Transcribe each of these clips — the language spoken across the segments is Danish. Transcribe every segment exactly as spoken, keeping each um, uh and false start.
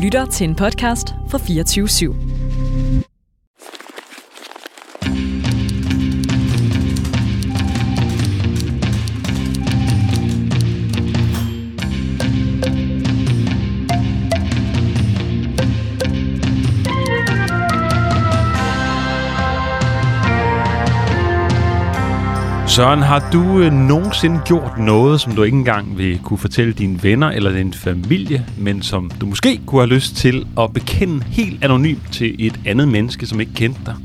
lytter til en podcast fra fireogtyve syv. Søren, har du øh, nogensinde gjort noget, som du ikke engang vil kunne fortælle dine venner eller din familie, men som du måske kunne have lyst til at bekende helt anonymt til et andet menneske, som ikke kendte dig?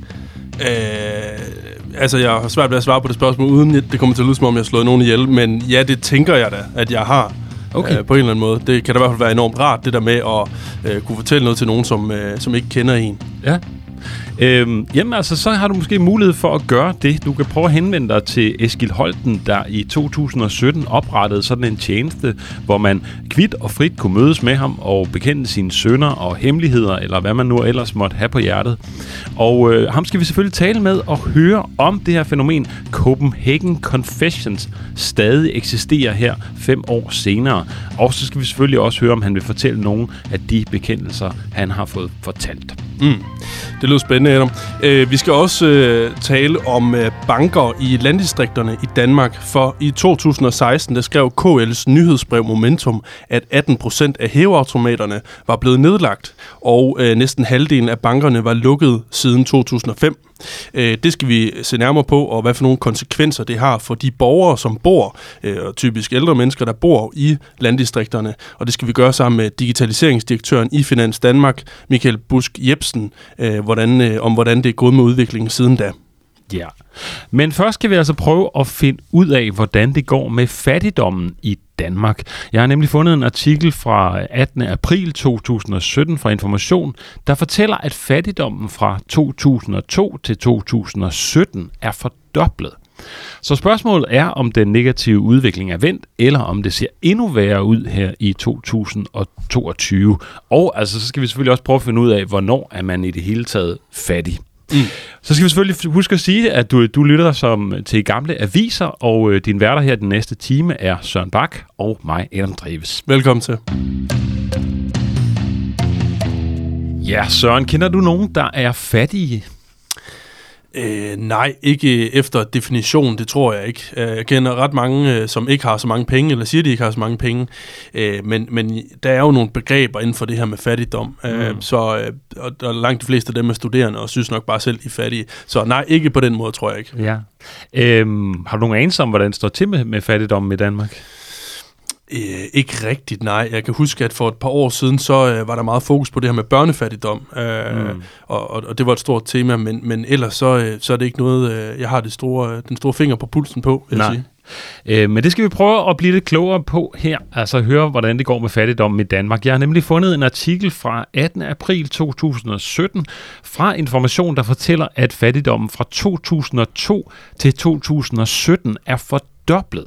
Øh, altså, jeg har svært ved at svare på det spørgsmål, uden at det kommer til at lyde, som om jeg har slået nogen ihjel, men ja, det tænker jeg da, at jeg har. Okay. Øh, på en eller anden måde. Det kan da i hvert fald være enormt rart, det der med at øh, kunne fortælle noget til nogen, som, øh, som ikke kender en. Ja. Øhm, jamen altså, så har du måske mulighed for at gøre det. Du kan prøve at henvende dig til Eskil Holten, der i to tusind og sytten oprettede sådan en tjeneste, hvor man kvit og frit kunne mødes med ham og bekende sine synder og hemmeligheder, eller hvad man nu ellers måtte have på hjertet. Og øh, ham skal vi selvfølgelig tale med og høre om det her fænomen Copenhagen Confessions stadig eksisterer her fem år senere. Og så skal vi selvfølgelig også høre, om han vil fortælle nogle af de bekendelser, han har fået fortalt. Mm. Det lyder spændende, Adam. Øh, vi skal også øh, tale om øh, banker i landdistrikterne i Danmark, for i to tusind og seksten der skrev K L's nyhedsbrev Momentum, at atten procent af hæveautomaterne var blevet nedlagt, og øh, næsten halvdelen af bankerne var lukket siden to tusind og fem. Øh, det skal vi se nærmere på, og hvad for nogle konsekvenser det har for de borgere, som bor, øh, typisk ældre mennesker, der bor i landdistrikterne. Og det skal vi gøre sammen med digitaliseringsdirektøren i Finans Danmark, Michael Busk Jebsen, øh, hvordan, øh, om hvordan det er gået med udviklingen siden da. Ja, men først skal vi altså prøve at finde ud af, hvordan det går med fattigdommen i Danmark. Jeg har nemlig fundet en artikel fra attende april to tusind og sytten fra Information, der fortæller, at fattigdommen fra to tusind og to til to tusind og sytten er fordoblet. Så spørgsmålet er, om den negative udvikling er vendt, eller om det ser endnu værre ud her i to tusind og toogtyve. Og altså, så skal vi selvfølgelig også prøve at finde ud af, hvornår er man i det hele taget fattig. Mm. Så skal vi selvfølgelig huske at sige, at du, du lytter som til gamle aviser, og øh, din værter her den næste time er Søren Bak og mig, Adam Dreves. Velkommen til. Ja, Søren, kender du nogen, der er fattige? Øh, nej, ikke efter definition, det tror jeg ikke. Jeg kender ret mange, som ikke har så mange penge, eller siger, de ikke har så mange penge. Øh, men, men der er jo nogle begreber inden for det her med fattigdom. Mm. Øh, så og, og langt de fleste af dem er studerende, og synes nok bare selv, de er fattige. Så nej, ikke på den måde, tror jeg ikke. Ja. Øhm, har du nogen anelse om, hvordan det står til med, med fattigdommen i Danmark? Øh, ikke rigtigt, nej. Jeg kan huske, at for et par år siden, så øh, var der meget fokus på det her med børnefattigdom, øh, mm. og, og, og det var et stort tema, men, men ellers så, øh, så er det ikke noget, øh, jeg har det store, den store finger på pulsen på, vil jeg sige. Øh, men det skal vi prøve at blive lidt klogere på her, altså høre, hvordan det går med fattigdommen i Danmark. Jeg har nemlig fundet en artikel fra attende april to tusind og sytten fra Information, der fortæller, at fattigdommen fra to tusind og to til to tusind og sytten er fordoblet.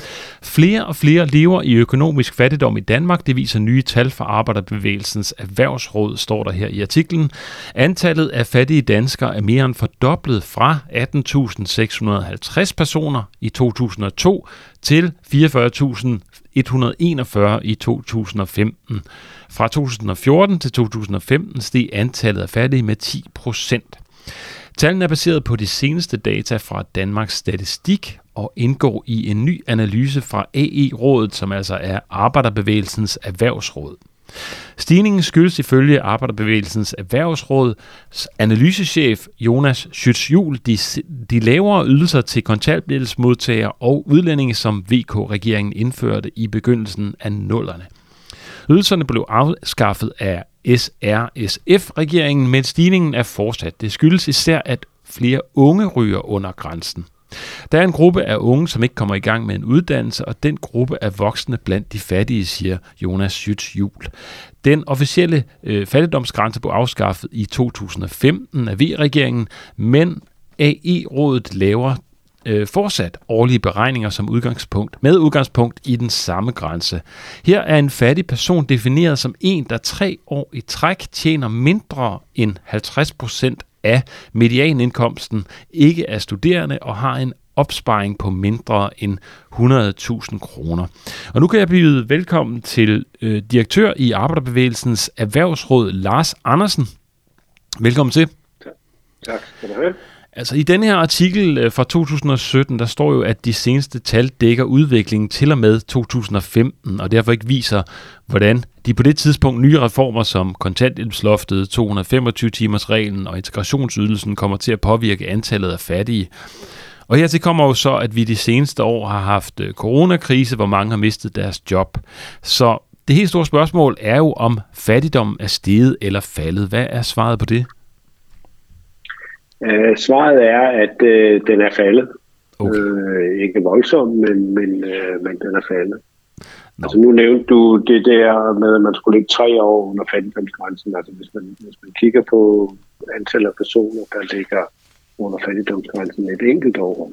Flere og flere lever i økonomisk fattigdom i Danmark. Det viser nye tal fra Arbejderbevægelsens Erhvervsråd, står der her i artiklen. Antallet af fattige danskere er mere end fordoblet fra atten tusind seks hundrede og halvtreds personer i to tusind og to til fireogfyrre tusind et hundrede og enogfyrre i to tusind og femten. Fra to tusind og fjorten til to tusind og femten steg antallet af fattige med ti procent. Tallene er baseret på de seneste data fra Danmarks Statistik og indgår i en ny analyse fra A E-rådet, som altså er Arbejderbevægelsens Erhvervsråd. Stigningen skyldes ifølge Arbejderbevægelsens Erhvervsråds analysechef Jonas Schütz-Juhl de, de lavere ydelser til kontanthjælpsmodtagere og udlændinge, som V K-regeringen indførte i begyndelsen af nullerne. Ydelserne blev afskaffet af S R S F-regeringen, men stigningen er fortsat. Det skyldes især, at flere unge ryger under grænsen. Der er en gruppe af unge, som ikke kommer i gang med en uddannelse, og den gruppe er voksne blandt de fattige, siger Jonas Schütz-Juhl. Den officielle øh, fattigdomsgrænse blev afskaffet i to tusind og femten af V-regeringen, men A E-rådet laver øh, fortsat årlige beregninger som udgangspunkt, med udgangspunkt i den samme grænse. Her er en fattig person defineret som en, der tre år i træk tjener mindre end halvtreds procent af medianindkomsten, ikke er studerende og har en opsparing på mindre end hundrede tusind kroner. Og nu kan jeg byde velkommen til øh, direktør i Arbejderbevægelsens Erhvervsråd, Lars Andersen. Velkommen til. Tak skal du have. Altså i denne her artikel fra to tusind og sytten, der står jo, at de seneste tal dækker udviklingen til og med to tusind og femten, og derfor ikke viser, hvordan de på det tidspunkt nye reformer som kontanthjælpsloftet, to hundrede og femogtyve timers reglen og integrationsydelsen kommer til at påvirke antallet af fattige. Og hertil kommer jo så, at vi de seneste år har haft coronakrise, hvor mange har mistet deres job. Så det helt store spørgsmål er jo, om fattigdom er steget eller faldet. Hvad er svaret på det? Uh, svaret er, at uh, den er faldet. Okay. Uh, ikke voldsomt, men, men, uh, men den er faldet. No. Altså nu nævnte du det der med, at man skulle ligge tre år under fattigdomsgrænsen. Altså hvis man, hvis man kigger på antallet af personer, der ligger under fattigdomsgrænsen et enkelt år,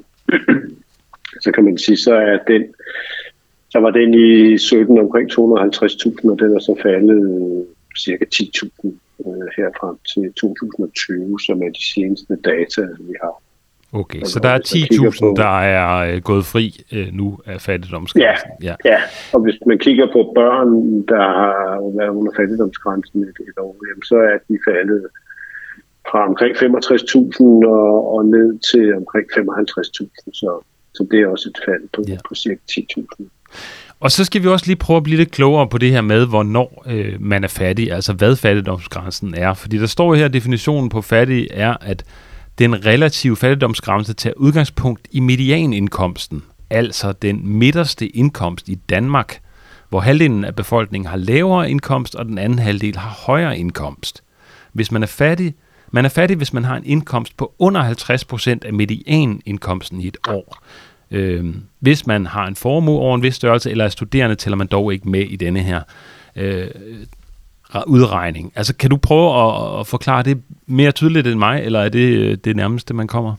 så kan man sige, så er den, så var den i sytten omkring to hundrede og halvtreds tusind, og den er så faldet cirka ti tusind øh, herfra til to tusind og tyve, som er de seneste data, vi har. Okay, så, så der er ti tusind, der er øh, gået fri øh, nu af fattigdomsgrænsen. Ja, ja. ja, og hvis man kigger på børn, der har været under fattigdomsgrænsen et, et år, jamen, så er de faldet fra omkring femogtres tusind og, og ned til omkring femoghalvtreds tusind, så, så det er også et fald på, ja. på cirka ti tusind. Og så skal vi også lige prøve at blive lidt klogere på det her med, hvornår øh, man er fattig, altså hvad fattigdomsgrænsen er. Fordi der står her, at definitionen på fattig er, at den relative fattigdomsgrænse tager udgangspunkt i medianindkomsten, altså den midterste indkomst i Danmark, hvor halvdelen af befolkningen har lavere indkomst, og den anden halvdel har højere indkomst. Hvis man er fattig, man er fattig, hvis man har en indkomst på under halvtreds procent af medianindkomsten i et år. Øh, hvis man har en formue over en vis størrelse, eller er studerende, tæller man dog ikke med i denne her øh, udregning. Altså, kan du prøve at, at forklare det mere tydeligt end mig, eller er det det nærmeste, man kommer?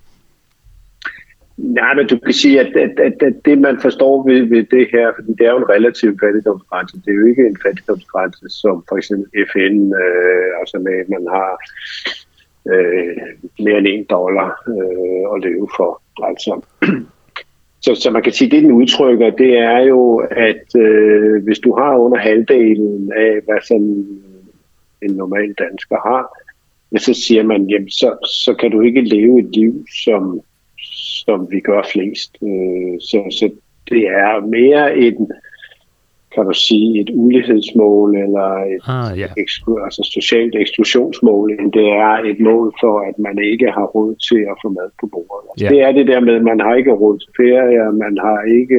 Nej, men du kan sige, at, at, at, at det, man forstår ved, ved det her, fordi det er jo en relativ fattigdomsgrænse, det er jo ikke en fattigdomsgrænse, som for eksempel F N, øh, altså med, at man har øh, mere end en dollar øh, at leve for. Altså. Så, så man kan sige, at det, den udtrykker, det er jo, at øh, hvis du har under halvdelen af, hvad sådan en normal dansker har, ja, så siger man, jamen, så, så kan du ikke leve et liv, som, som vi gør flest. Øh, så, så det er mere en, kan du sige, et ulighedsmål eller et ah, yeah. eksklu- altså socialt eksklusionsmål, end det er et mål for, at man ikke har råd til at få mad på bordet. Altså, yeah. Det er det der med, at man har ikke råd til ferie, man har ikke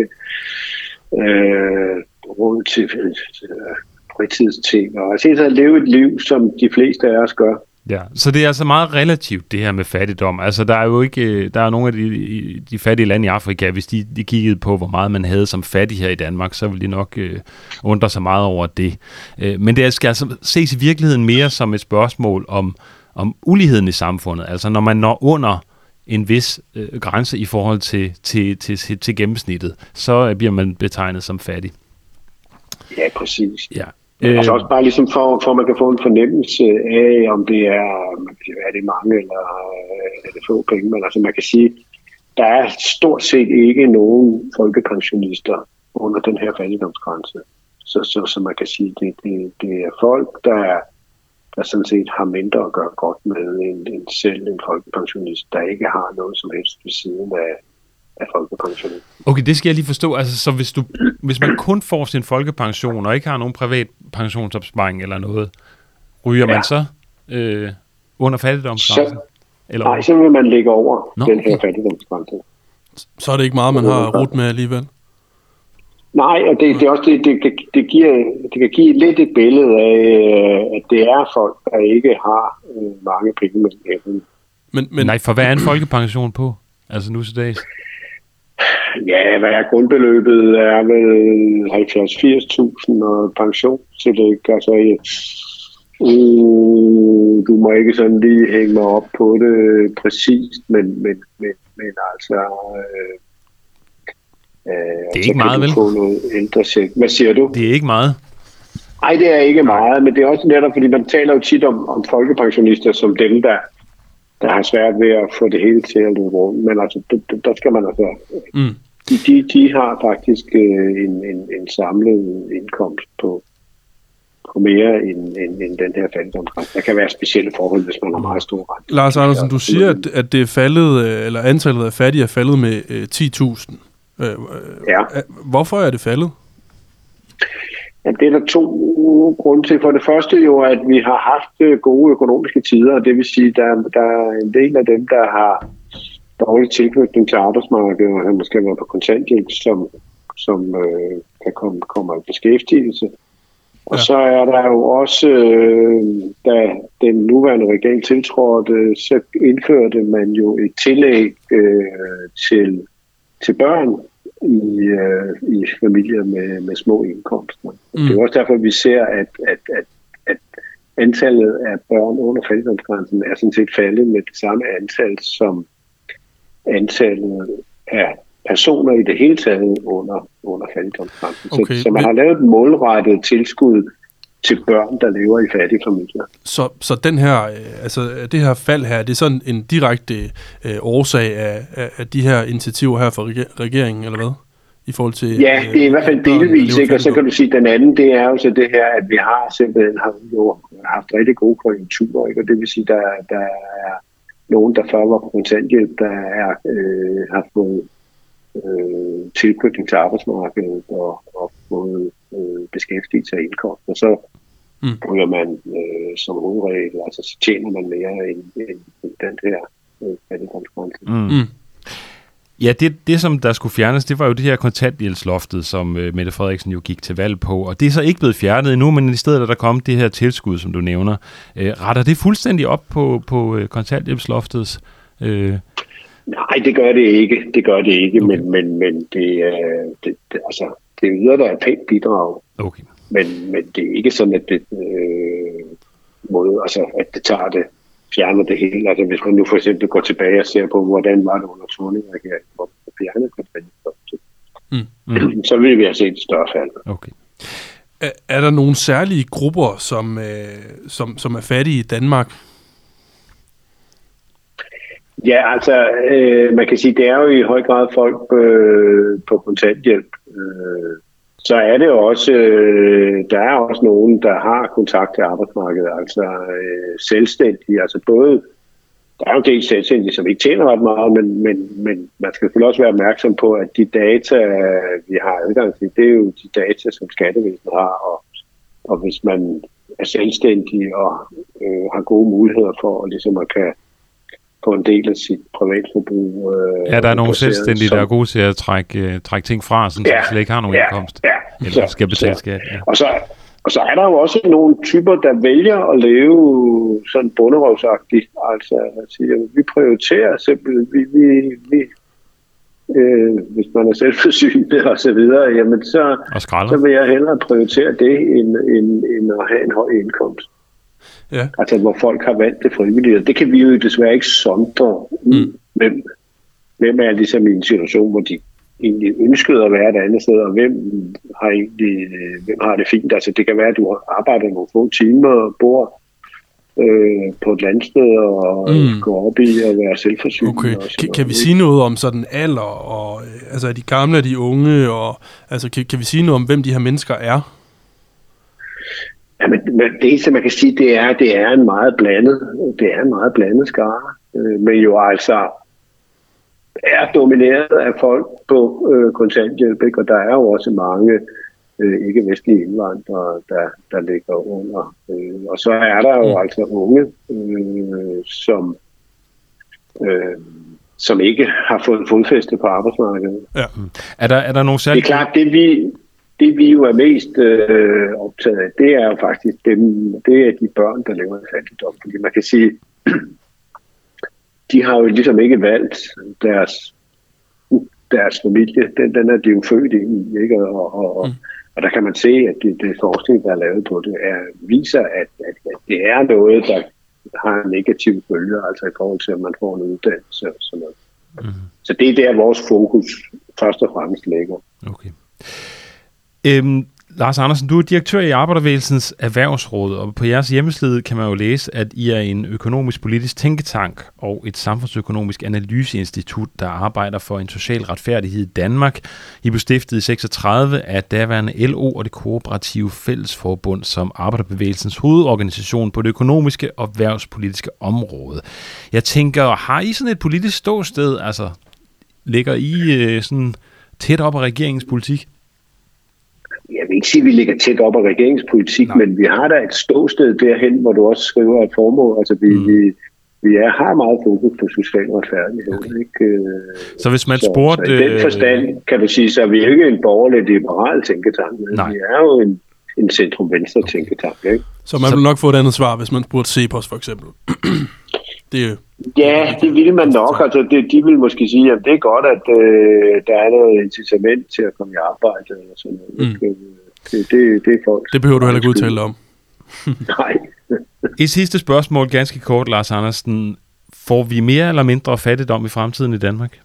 øh, råd til øh, fritidsting, og altså at leve et liv, som de fleste af os gør. Ja, så det er altså meget relativt, det her med fattigdom. Altså, der er jo ikke, der er nogle af de, de fattige lande i Afrika, hvis de, de kiggede på, hvor meget man havde som fattig her i Danmark, så ville de nok øh, undre sig meget over det. Øh, men det skal altså ses i virkeligheden mere som et spørgsmål om, om uligheden i samfundet. Altså, når man når under en vis øh, grænse i forhold til, til, til, til, til gennemsnittet, så bliver man betegnet som fattig. Ja, præcis. Ja. Altså også bare ligesom for, for at man kan få en fornemmelse af, om det er, er det mange eller er det få penge. Men altså man kan sige, der er stort set ikke nogen folkepensionister under den her fattigdomsgrænse. Så, så, så man kan sige, det, det, det er folk, der, der sådan set har mindre at gøre godt med end, end selv en folkepensionist, der ikke har noget som helst ved siden af af folkepensionen. Okay, det skal jeg lige forstå. Altså, så hvis, du, hvis man kun får sin folkepension og ikke har nogen privat pensionsopsparing eller noget, ryger ja. man så øh, under fattigdomsgrænsen? Eller nej, så vil man ligge over Nå, den her okay. fattigdomsgrænse. Så er det ikke meget, man har rudt med alligevel? Nej, og det, det, er også, det, det, det, giver, det kan give lidt et billede af, at det er folk, der ikke har øh, mange penge med hænden. Men, men nej, for hvad er en folkepension på? Altså nu til dags? Ja, hvad er grundbeløbet? Er vel halvfjerds til firs tusind og pensionstillæg. Altså, uh, du må ikke sådan lige hænge mig op på det præcist, men, men, men, men altså... Øh, det er ikke meget, vel? Noget ældrecheck. Hvad siger du? Det er ikke meget. Nej, det er ikke meget, men det er også netop, fordi man taler jo tit om, om folkepensionister som dem, der der har svært ved at få det hele til at løbe rundt. Men altså, der skal man altså... Mm. De, de, de har faktisk øh, en, en, en samlet indkomst på, på mere end, end, end den her fattigdomsgrænse. Der kan være specielle forhold, hvis man har meget stor ret. Lars Andersen, du siger, at, at det er faldet, eller antallet af fattige er faldet med øh, ti tusind. Øh, ja. Hvorfor er det faldet? Ja, det er der to grunde til. For det første jo, at vi har haft gode økonomiske tider, og det vil sige, at der, der er en del af dem, der har dårlig tilknytning til arbejdsmarkedet, og han måske være på kontanthjælp, som, som øh, kan komme, komme i beskæftigelse. Og ja. Så er der jo også, øh, da den nuværende regering tiltrådte, så indførte man jo et tillæg øh, til, til børn i, øh, i familier med, med små indkomster. Mm. Det er også derfor, vi ser, at, at, at, at antallet af børn under fattigdomsgrænsen er sådan set faldet med det samme antal som antallet af personer i det hele taget under, under fattigdomsgrænsen. Okay, så, så man men... har lavet et målrettet tilskud til børn, der lever i fattige familier. Så, så den her, altså det her fald her, det er sådan en direkte øh, årsag af, af, af de her initiativer her fra regeringen, eller hvad? I forhold til... Ja, det er i hvert fald delvis, ikke? Og så kan du sige, at den anden, det er jo så det her, at vi har simpelthen har jo haft rigtig gode konjunkturer, ikke? Og det vil sige, der, der er nogen, der før var på kontanthjælp, der er, øh, har fået øh, tilknytning til arbejdsmarkedet og, og fået øh, beskæftigelse af indkomst. Og så mm. bruger man øh, som hovedregel, altså så tjener man mere end, end, end den her øh, fattigdomsgrænse. Mm. Mm. Ja, det, det som der skulle fjernes, det var jo det her kontanthjælpsloftet, som øh, Mette Frederiksen jo gik til valg på, og det er så ikke blevet fjernet endnu, men i stedet er der kommet det her tilskud, som du nævner. Øh, retter det fuldstændig op på, på øh, kontanthjælpsloftets? Øh... Nej, det gør det ikke. Det gør det ikke, okay. men, men, men det, øh, det, det, altså, det yder der et pænt bidrag. Okay. Men, men det er ikke sådan, at det, øh, måde, altså, at det tager det, fjerner det hele. Altså hvis man nu for eksempel går tilbage og ser på, hvordan var det under Thorning-regeringen, hvor man fjernede kontanthjælpsloftet, mm. mm. så vil vi have set et større fald. Okay. Er, er der nogle særlige grupper, som, øh, som, som er fattige i Danmark? Ja, altså øh, man kan sige, det er jo i høj grad folk øh, på kontanthjælp. Øh, Så er det også, øh, der er også nogen, der har kontakt til arbejdsmarkedet, altså øh, selvstændige, altså både, der er jo en del selvstændige, som ikke tjener ret meget, men, men, men man skal selvfølgelig også være opmærksom på, at de data, vi har adgang til, det er jo de data, som skattevæsenet har, og, og hvis man er selvstændig og øh, har gode muligheder for at ligesom at kan på en del af sit privatforbrug. Øh, ja, der er nogle selvstændige, som, der er gode til at trække, trække ting fra, så ja, de slet ikke har nogen ja, indkomst. Ja, eller så, skal betale så. skat. Ja. Og, så, og så er der jo også nogle typer, der vælger at leve sådan bunderøvsagtigt. Altså, altså, vi prioriterer simpelthen, vi, vi, vi, øh, hvis man er selvforsynende og så videre, jamen så, så vil jeg hellere prioritere det, end, end, end at have en høj indkomst. Ja. Altså hvor folk har valgt det frivilligt. Det kan vi jo desværre ikke sondre ud. Mm. Hvem, hvem er ligesom i en situation, hvor de egentlig ønskede at være et andet sted, og hvem har egentlig hvem har det fint. Altså det kan være, at du arbejder nogle få timer og bor øh, på et landsted og mm. går op i at være selvforsynende. Okay. Kan, kan vi sige noget om sådan alder, og altså er de gamle og de unge, og altså kan, kan vi sige noget om, hvem de her mennesker er? Ja, men det eneste, man kan sige, det er, det er en meget blandet, det er en meget blandet skare, øh, men jo altså er domineret af folk på øh, kontanthjælp, ikke? Og der er jo også mange øh, ikke-vestlige indvandrere, der, der ligger under. Øh, og så er der jo mm. altså unge, øh, som, øh, som ikke har fået fodfæste på arbejdsmarkedet. Ja. Er der, er der nogle særlige... Det er klart, det vi... Det vi jo er mest øh, optaget af, det er jo faktisk dem, det er de børn, der lever i fattigdom. Fordi man kan sige, de har jo ligesom ikke valgt deres, deres familie. Den, den er de jo født i, ikke? Og, og, mm. og der kan man se, at det, det forskning, der er lavet på det, er, viser, at, at, at det er noget, der har en negativ følge, altså i forhold til, at man får en uddannelse og sådan noget. Mm. Så det er der, vores fokus først og fremmest ligger. Okay. Øhm, Lars Andersen, du er direktør i Arbejderbevægelsens Erhvervsråd, og på jeres hjemmeside kan man jo læse, at I er en økonomisk-politisk tænketank og et samfundsøkonomisk analyseinstitut, der arbejder for en social retfærdighed i Danmark. I blev stiftet i seksogtredive af daværende L O og det kooperative fællesforbund som Arbejderbevægelsens hovedorganisation på det økonomiske og erhvervspolitiske område. Jeg tænker, har I sådan et politisk ståsted? Altså, ligger I øh, sådan tæt op af regeringens politik? Jeg vil ikke sige, at vi ligger tæt op af regeringspolitik, Nej. men vi har da et ståsted derhen, hvor du også skriver et formål. Altså, vi, mm. vi, vi er, har meget fokus på social retfærdighed. Okay. Ikke? Så hvis man så, spurgte... Så i den forstand, kan du sige, så er vi jo ikke en borgerlig liberal tænketank, men Nej. vi er jo en, en centrum-venstre okay. tænketank. Ikke? Så man vil nok få et andet svar, hvis man spurgte Cepos for eksempel. Det er jo... Ja, det ville man nok. Altså, det, de vil måske sige, at det er godt, at øh, der er noget incitament til at komme i arbejde. Eller sådan noget. Mm. Det, det, det er folk. Det behøver du heller ikke udtale om. Nej. Et sidste spørgsmål, ganske kort, Lars Andersen. Får vi mere eller mindre fattigdom i fremtiden i Danmark?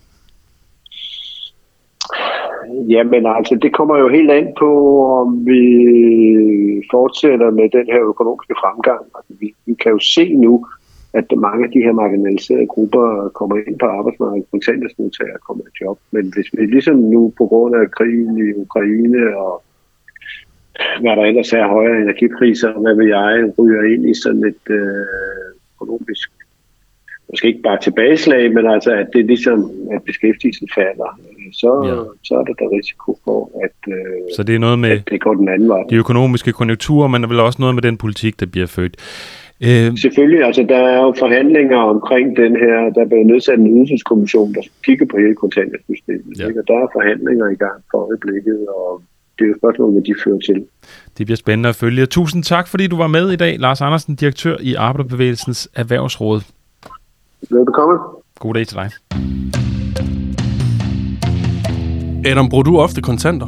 Jamen altså, det kommer jo helt an på, om vi fortsætter med den her økonomiske fremgang. Altså, vi, vi kan jo se nu, at mange af de her marginaliserede grupper kommer ind på arbejdsmarkedet, kontanthjælpsmodtagere kommer i job. Men hvis vi ligesom nu på grund af krigen i Ukraine og hvad der ellers er højere energipriser, hvad vil jeg, ryger ind i sådan et øh, økonomisk, måske ikke bare tilbageslag, men altså at det ligesom, at beskæftigelsen falder, så, ja. så er der der risiko for, at, øh, så det er noget med at det går den anden vej. De økonomiske konjunkturer, men der er vel også noget med den politik, der bliver født. Øh... Selvfølgelig, altså der er jo forhandlinger omkring den her, der bliver nedsat en ydelseskommission, der kigger på hele kontanthjælpssystemet, ja. og der er forhandlinger i gang for øjeblikket, og det er jo spørgsmål, hvad de fører til. Det bliver spændende at følge. Tusind tak, fordi du var med i dag, Lars Andersen, direktør i Arbejderbevægelsens Erhvervsråd. Velbekomme. God dag til dig. Adam, bruger du ofte kontanter?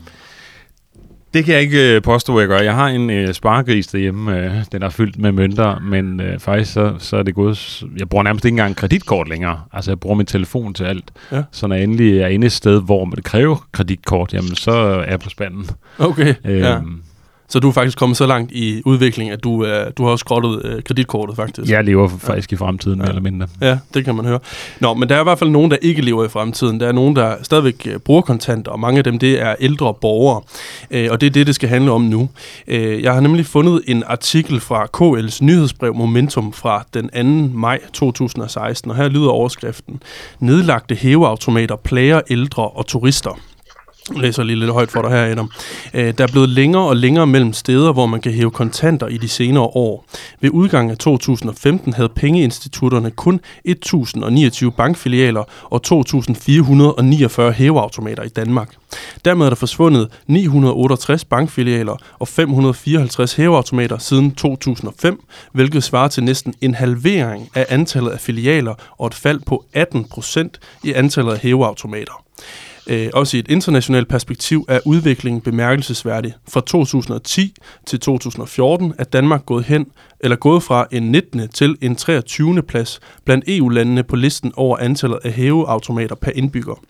Det kan jeg ikke påstå, at jeg gør. Jeg har en øh, sparegris derhjemme, øh, den er fyldt med mønter, men øh, faktisk så, så er det gået... Jeg bruger nærmest ikke engang kreditkort længere. Altså, jeg bruger min telefon til alt. Ja. Så når jeg endelig er inde et sted, hvor man kræver kreditkort, jamen så er jeg på spanden. Okay, øhm, ja. Så du er faktisk kommet så langt i udviklingen, at du, øh, du har også skrottet øh, kreditkortet, faktisk. Jeg lever faktisk ja. i fremtiden, ja. mere eller mindre. Ja, det kan man høre. Nå, men der er i hvert fald nogen, der ikke lever i fremtiden. Der er nogen, der stadigvæk øh, bruger kontanter, og mange af dem, det er ældre borgere. Øh, og det er det, det skal handle om nu. Øh, jeg har nemlig fundet en artikel fra K L's nyhedsbrev Momentum fra den anden maj to tusind og seksten, og her lyder overskriften: Nedlagte hæveautomater plager ældre og turister. Jeg læser lige lidt højt for dig her, Adam. Der er blevet længere og længere mellem steder, hvor man kan hæve kontanter i de senere år. Ved udgangen af to tusind og femten havde pengeinstitutterne kun et tusind niogtyve bankfilialer og to tusind fire hundrede niogfyrre hæveautomater i Danmark. Dermed er der forsvundet ni hundrede otteogtres bankfilialer og fem hundrede fireoghalvtreds hæveautomater siden to tusind og fem, hvilket svarer til næsten en halvering af antallet af filialer og et fald på atten procent i antallet af hæveautomater. Øh, også i et internationalt perspektiv er udviklingen bemærkelsesværdig. Fra to tusind og ti til to tusind og fjorten er Danmark gået hen eller gået fra en nittende til en treogtyvende plads blandt E U-landene på listen over antallet af hæveautomater per indbygger.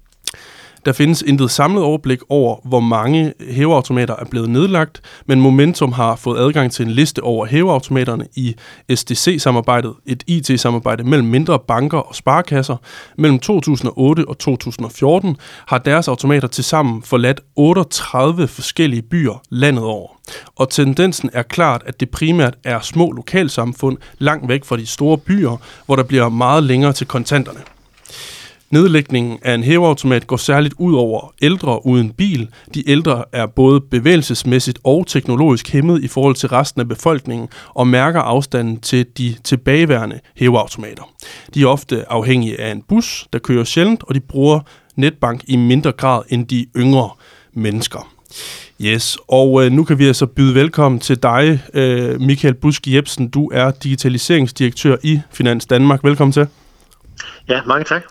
Der findes intet samlet overblik over, hvor mange hæveautomater er blevet nedlagt, men Momentum har fået adgang til en liste over hæveautomaterne i S D C-samarbejdet, et I T-samarbejde mellem mindre banker og sparekasser. Mellem to tusind og otte og to tusind og fjorten har deres automater tilsammen forladt otteogtredive forskellige byer landet over. Og tendensen er klart, at det primært er små lokalsamfund langt væk fra de store byer, hvor der bliver meget længere til kontanterne. Nedlægningen af en hæveautomat går særligt ud over ældre uden bil. De ældre er både bevægelsesmæssigt og teknologisk hæmmet i forhold til resten af befolkningen og mærker afstanden til de tilbageværende hæveautomater. De er ofte afhængige af en bus, der kører sjældent, og de bruger netbank i mindre grad end de yngre mennesker. Yes, og øh, nu kan vi altså byde velkommen til dig, øh, Michael Busk Jebsen. Du er digitaliseringsdirektør i Finans Danmark. Velkommen til. Ja, mange tak.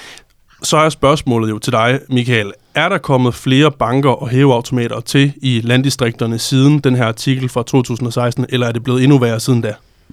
Så er spørgsmålet jo til dig, Michael. Er der kommet flere banker og hæveautomater til i landdistrikterne siden den her artikel fra to tusind og seksten, eller er det blevet endnu værre siden da?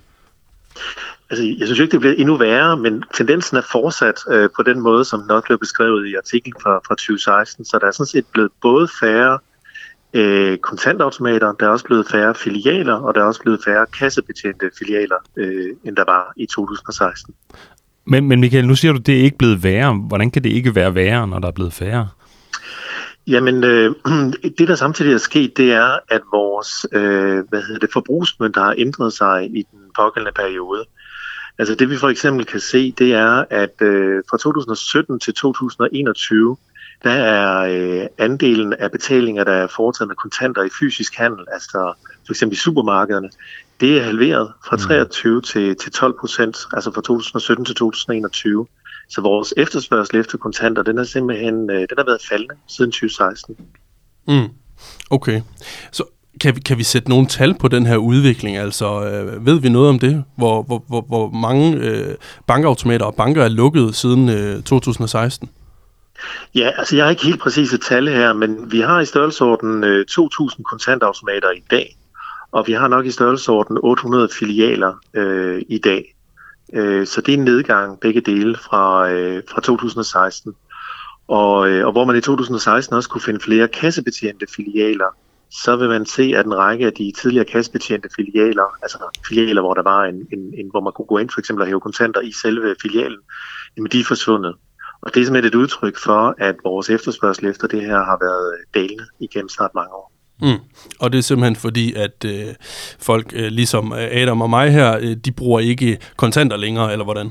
Altså, jeg synes ikke, det er blevet endnu værre, men tendensen er fortsat øh, på den måde, som nok blev beskrevet i artiklen fra, fra tyve seksten. Så der er sådan set blevet både færre øh, kontantautomater, der er også blevet færre filialer, og der er også blevet færre kassebetjente filialer, øh, end der var i to tusind og seksten. Men, men Michael, nu siger du, det er ikke blevet værre. Hvordan kan det ikke være værre, når der er blevet færre? Jamen, øh, det der samtidig er sket, det er, at vores øh, hvad hedder det, forbrugsmønter har ændret sig i den pågældende periode. Altså det vi for eksempel kan se, det er, at øh, fra to tusind og sytten til to tusind og enogtyve, der er øh, andelen af betalinger, der er foretaget med kontanter i fysisk handel, altså for eksempel i supermarkederne, det er halveret fra treogtyve til, til tolv procent, altså fra to tusind og sytten til to tusind og enogtyve. Så vores efterspørgsel efter kontanter, den er simpelthen, øh, den har været faldende siden tyve seksten. Mm. Okay. Så kan vi, kan vi sætte nogle tal på den her udvikling? Altså, øh, ved vi noget om det? Hvor, hvor, hvor, hvor mange øh, bankautomater og banker er lukket siden øh, to tusind og seksten? Ja, altså jeg har ikke helt præcise tal her, men vi har i størrelsesorden øh, to tusind kontantautomater i dag, og vi har nok i størrelsesorden otte hundrede filialer øh, i dag. Øh, så det er en nedgang begge dele fra, øh, fra to tusind og seksten. Og, øh, og hvor man i to tusind og seksten også kunne finde flere kassebetjente filialer, så vil man se, at en række af de tidligere kassebetjente filialer, altså filialer, hvor der var en, en, en hvor man kunne gå ind for eksempel og hæve kontanter i selve filialen, jamen de er forsvundet. Og det er simpelthen et udtryk for, at vores efterspørgsel efter det her har været dalende igennem snart mange år. Mm. Og det er simpelthen fordi, at øh, folk øh, ligesom Adam og mig her, øh, de bruger ikke kontanter længere, eller hvordan?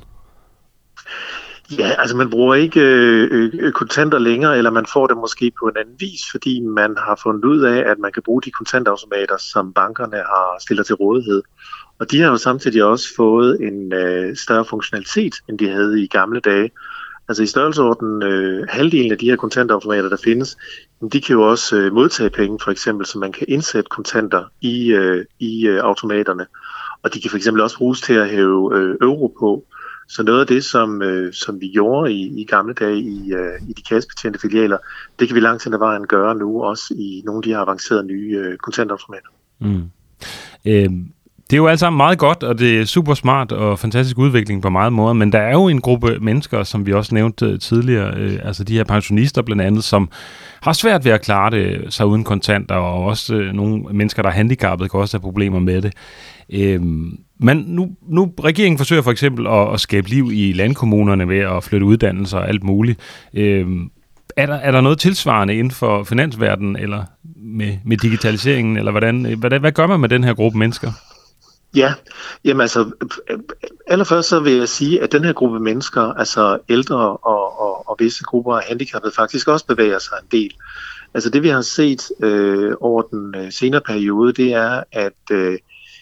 Ja, altså man bruger ikke øh, øh, kontanter længere, eller man får det måske på en anden vis, fordi man har fundet ud af, at man kan bruge de kontantautomater, som bankerne har stillet til rådighed. Og de har jo samtidig også fået en øh, større funktionalitet, end de havde i gamle dage. Altså i størrelsesorden øh, halvdelen af de her kontantautomater, der findes, de kan jo også øh, modtage penge, for eksempel, så man kan indsætte kontanter i, øh, i øh, automaterne. Og de kan for eksempel også bruges til at hæve øh, euro på. Så noget af det, som, øh, som vi gjorde i, i gamle dage i, øh, i de kassebetjente filialer, det kan vi langt hen ad vejen gøre nu, også i nogle af de her avancerede nye øh, kontantautomater. Mm. Øhm. Det er jo alt sammen meget godt, og det er super smart og fantastisk udvikling på meget måder, men der er jo en gruppe mennesker, som vi også nævnte tidligere, øh, altså de her pensionister blandt andet, som har svært ved at klare det sig uden kontanter, og også øh, nogle mennesker, der er handicappede, kan også have problemer med det. Øh, men nu, nu regeringen forsøger for eksempel at, at skabe liv i landkommunerne ved at flytte uddannelser og alt muligt. Øh, er, der, er der noget tilsvarende inden for finansverdenen, eller med, med digitaliseringen, eller hvordan, hvad, hvad gør man med den her gruppe mennesker? Ja, jamen altså, allerførst så vil jeg sige, at den her gruppe mennesker, altså ældre og, og, og visse grupper af handicappede, faktisk også bevæger sig en del. Altså det vi har set øh, over den øh, senere periode, det er, at øh,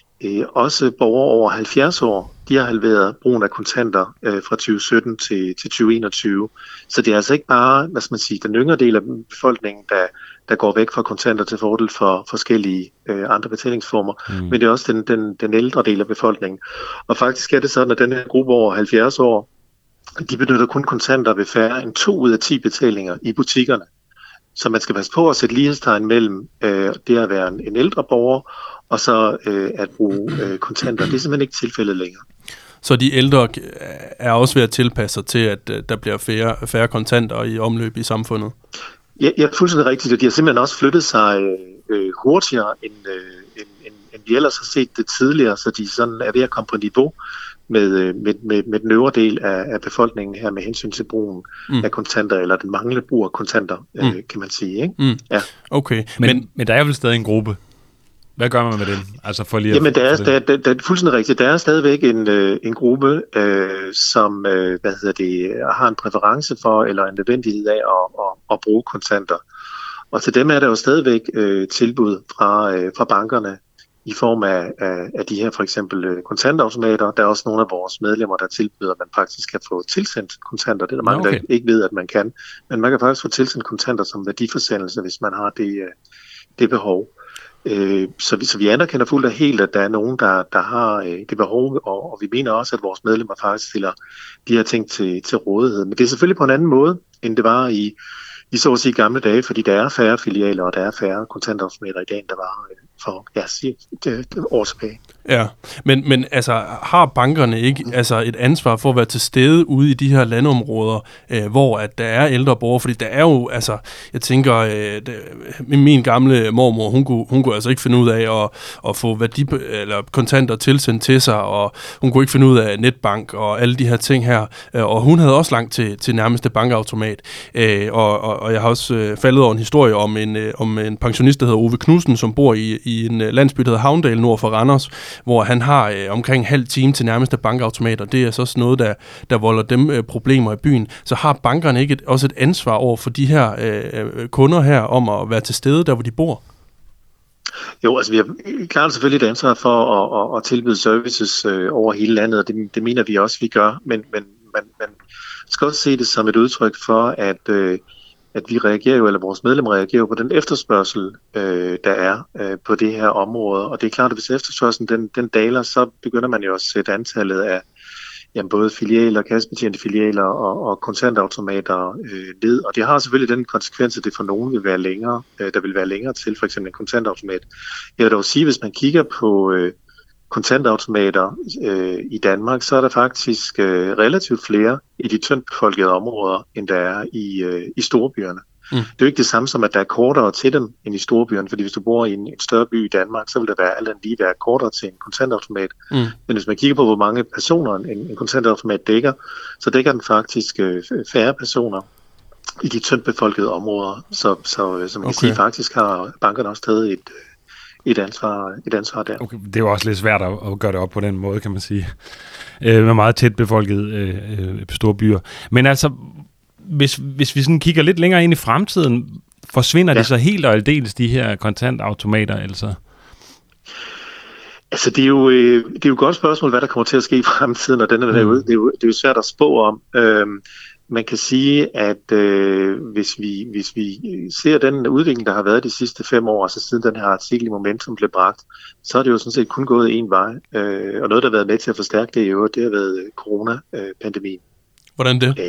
også borgere over halvfjerds år, de har halveret brugen af kontanter øh, fra tyve sytten til, til tyve enogtyve. Så det er altså ikke bare, hvad skal man sige, den yngre del af befolkningen, der, der går væk fra kontanter til fordel for forskellige øh, andre betalingsformer, mm. men det er også den, den, den ældre del af befolkningen. Og faktisk er det sådan, at den her gruppe over halvfjerds år, de benytter kun kontanter ved færre end to ud af ti betalinger i butikkerne. Så man skal passe på at sætte lighedstegn mellem øh, det at være en, en ældre borger, og så øh, at bruge øh, kontanter. Det er simpelthen ikke tilfældet længere. Så de ældre er også ved at tilpasse sig til, at øh, der bliver færre, færre kontanter i omløb i samfundet? Ja, ja, fuldstændig rigtigt. Og de har simpelthen også flyttet sig øh, hurtigere, end, øh, end, end, end vi ellers har set det tidligere, så de sådan er ved at komme på niveau med, med, med, med den øvre del af, af befolkningen her med hensyn til brugen mm. af kontanter, eller den manglende brug af kontanter, mm. øh, kan man sige. Ikke? Mm. Ja. Okay. Men, men, men der er vel stadig en gruppe. Hvad gør man med den? Altså for lige at Jamen, der er, der, der, der er fuldstændig rigtigt. Der er stadigvæk en, øh, en gruppe, øh, som øh, hvad hedder det, har en præference for, eller en nødvendighed af at, at, at bruge kontanter. Og til dem er der jo stadigvæk øh, tilbud fra, øh, fra bankerne i form af, af, af de her for eksempel øh, kontantautomater. Der er også nogle af vores medlemmer, der tilbyder, at man faktisk kan få tilsendt kontanter. Det er der mange, okay. der ikke ved, at man kan. Men man kan faktisk få tilsendt kontanter som værdiforsendelse, hvis man har det, øh, det behov. Øh, så, vi, så vi anerkender fuldt og helt, at der er nogen, der, der har øh, det behov, og, og vi mener også, at vores medlemmer faktisk stiller de her ting til, til rådighed. Men det er selvfølgelig på en anden måde, end det var i, i så at sige gamle dage, fordi der er færre filialer, og der er færre kontantautomater i dag, end der var øh, for ja, sige, det, det år tilbage. Ja, men, men altså, har bankerne ikke altså, et ansvar for at være til stede ude i de her landområder, øh, hvor at der er ældre borgere? Fordi der er jo, altså, jeg tænker, øh, det, min gamle mormor, hun kunne, hun kunne altså ikke finde ud af at, at få værdi, eller kontanter tilsendt til sig, og hun kunne ikke finde ud af netbank og alle de her ting her, og hun havde også langt til, til nærmeste bankautomat. Øh, og, og, og jeg har også øh, faldet over en historie om en, øh, om en pensionist, der hedder Ove Knudsen, som bor i, i en landsby, der hedder Havndal, nord for Randers, hvor han har øh, omkring en halv time til nærmeste bankautomat, og det er så også noget, der, der volder dem øh, problemer i byen. Så har bankerne ikke et, også et ansvar over for de her øh, kunder her, om at være til stede der, hvor de bor? Jo, altså vi har klart selvfølgelig et ansvar for at, at, at tilbyde services øh, over hele landet, og det, det mener vi også, vi gør, men, men man, man skal også se det som et udtryk for, at øh, at vi reagerer jo, eller vores medlemmer reagerer på den efterspørgsel, øh, der er øh, på det her område. Og det er klart, at hvis efterspørgselen den, den daler, så begynder man jo også at sætte antallet af jamen, både filialer, kassebetjente filialer og, og kontantautomater øh, ned. Og det har selvfølgelig den konsekvens, at det for nogen vil være længere, øh, der vil være længere til, for eksempel en kontantautomat. Jeg vil dog sige, hvis man kigger på øh, kontantautomater øh, i Danmark, så er der faktisk øh, relativt flere i de tyndt befolkede områder, end der er i, øh, i storbyerne. Mm. Det er jo ikke det samme som, at der er kortere til dem end i storbyerne, fordi hvis du bor i en, en større by i Danmark, så vil der være alt andet lige være kortere til en kontantautomat. Mm. Men hvis man kigger på, hvor mange personer en, en kontantautomat dækker, så dækker den faktisk øh, færre personer i de tyndt befolkede områder. Så, så, så man kan okay. sige, faktisk har bankerne også taget et et ansvar, et ansvar der. Okay, det er jo også lidt svært at, at gøre det op på den måde, kan man sige. Øh, med meget tæt befolket øh, øh, store byer. Men altså, hvis, hvis vi sådan kigger lidt længere ind i fremtiden, forsvinder ja. de så helt og aldeles, de her kontantautomater, altså? Altså, det er, jo, øh, det er jo et godt spørgsmål, hvad der kommer til at ske i fremtiden, og den er mm. derude. Det er, jo, det er jo svært at spå om. Øhm, Man kan sige, at øh, hvis, vi, hvis vi ser den udvikling, der har været de sidste fem år, altså siden den her artikel i Momentum blev bragt, så er det jo sådan set kun gået en vej. Øh, og noget, der har været med til at forstærke det i øvrigt, det har været coronapandemien. Hvordan det?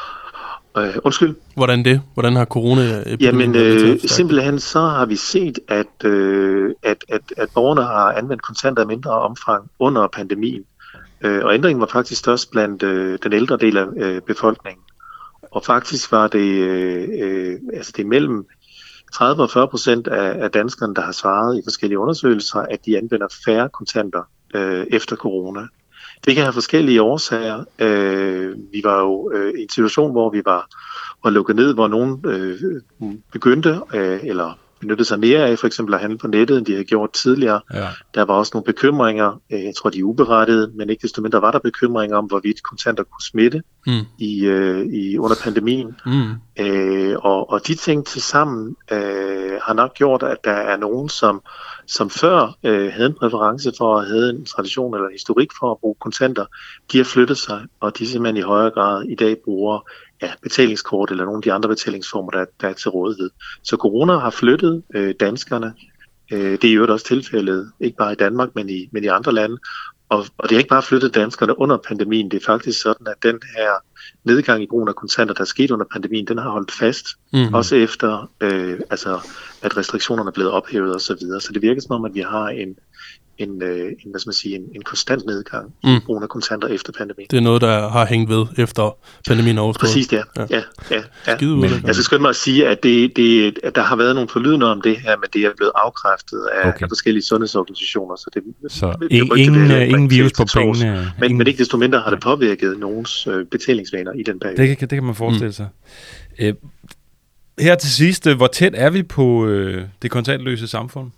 Øh, øh, undskyld? Hvordan det? Hvordan har coronapandemien? Jamen, øh, simpelthen så har vi set, at, øh, at, at, at borgerne har anvendt kontanter i mindre omfang under pandemien. Og ændringen var faktisk størst blandt øh, den ældre del af øh, befolkningen. Og faktisk var det, øh, altså det er mellem tredive og fyrre procent af, af danskerne, der har svaret i forskellige undersøgelser, at de anvender færre kontanter øh, efter corona. Det kan have forskellige årsager. Øh, vi var jo øh, i en situation, hvor vi var, var lukket ned, hvor nogen øh, begyndte, øh, eller benyttede sig mere af for eksempel at handle på nettet, end de havde gjort tidligere. Ja. Der var også nogle bekymringer, jeg tror de er uberettede, men ikke desto mindre var der bekymringer om, hvorvidt kontanter kunne smitte mm. i, øh, i, under pandemien. Mm. Øh, og, og de ting til sammen øh, har nok gjort, at der er nogen, som, som før øh, havde en præference for at have en tradition eller en historik for at bruge kontanter, de har flyttet sig, og de simpelthen i højere grad i dag bruger ja, betalingskort eller nogle af de andre betalingsformer, der, der er til rådighed. Så corona har flyttet øh, danskerne. Øh, det er jo også tilfældet, ikke bare i Danmark, men i, men i andre lande. Og, og det har ikke bare flyttet danskerne under pandemien. Det er faktisk sådan, at den her nedgang i brugen af kontanter, der er sket under pandemien, den har holdt fast. Mm-hmm. Også efter, øh, altså, at restriktionerne er blevet ophævet osv. Så, videre. Så det virker som om, at vi har en En, en, hvad skal man sige, en, en konstant nedgang mm. i brugen af kontanter efter pandemien. Det er noget, der har hængt ved efter pandemien overstået. Præcis, ja. ja. ja, ja, ja. Men jeg skal skynde mig at sige, at, det, det, at der har været nogle forlydender om det her, men det er blevet afkræftet af, okay. af forskellige sundhedsorganisationer. Så, det, så det, ingen, det, ingen, det, ingen virus på pengene? Men, men ikke desto mindre har det påvirket nogens øh, betalingsvaner i den periode. Det kan, det kan man forestille sig. Mm. Øh, her til sidst, hvor tæt er vi på øh, det kontantløse samfund?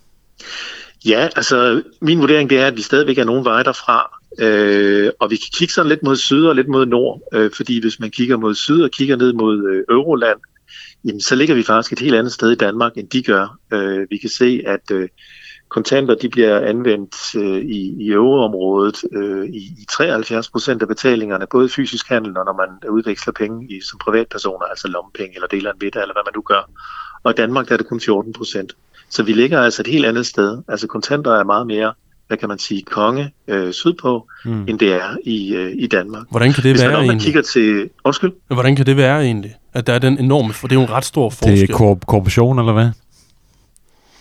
Ja, altså min vurdering det er, at vi stadigvæk er nogen veje derfra, øh, og vi kan kigge sådan lidt mod syd og lidt mod nord, øh, fordi hvis man kigger mod syd og kigger ned mod øh, Euroland, jamen, så ligger vi faktisk et helt andet sted i Danmark, end de gør. Øh, vi kan se, at øh, kontanter de bliver anvendt øh, i, i euroområdet øh, i, i treoghalvfjerds procent af betalingerne, både fysisk handel og når man udveksler penge i, som privatpersoner, altså lommepenge eller deler en middag, eller hvad man nu gør. Og i Danmark der er det kun fjorten procent. Så vi ligger altså et helt andet sted. Altså kontanter er meget mere, hvad kan man sige, konge øh, sydpå, mm. end det er i, øh, i Danmark. Hvordan kan det Hvis være man, egentlig? Hvis man kigger til... Undskyld? Hvordan kan det være egentlig? At der er den enorme... For det er jo en ret stor forskel. Det er korruption, eller hvad?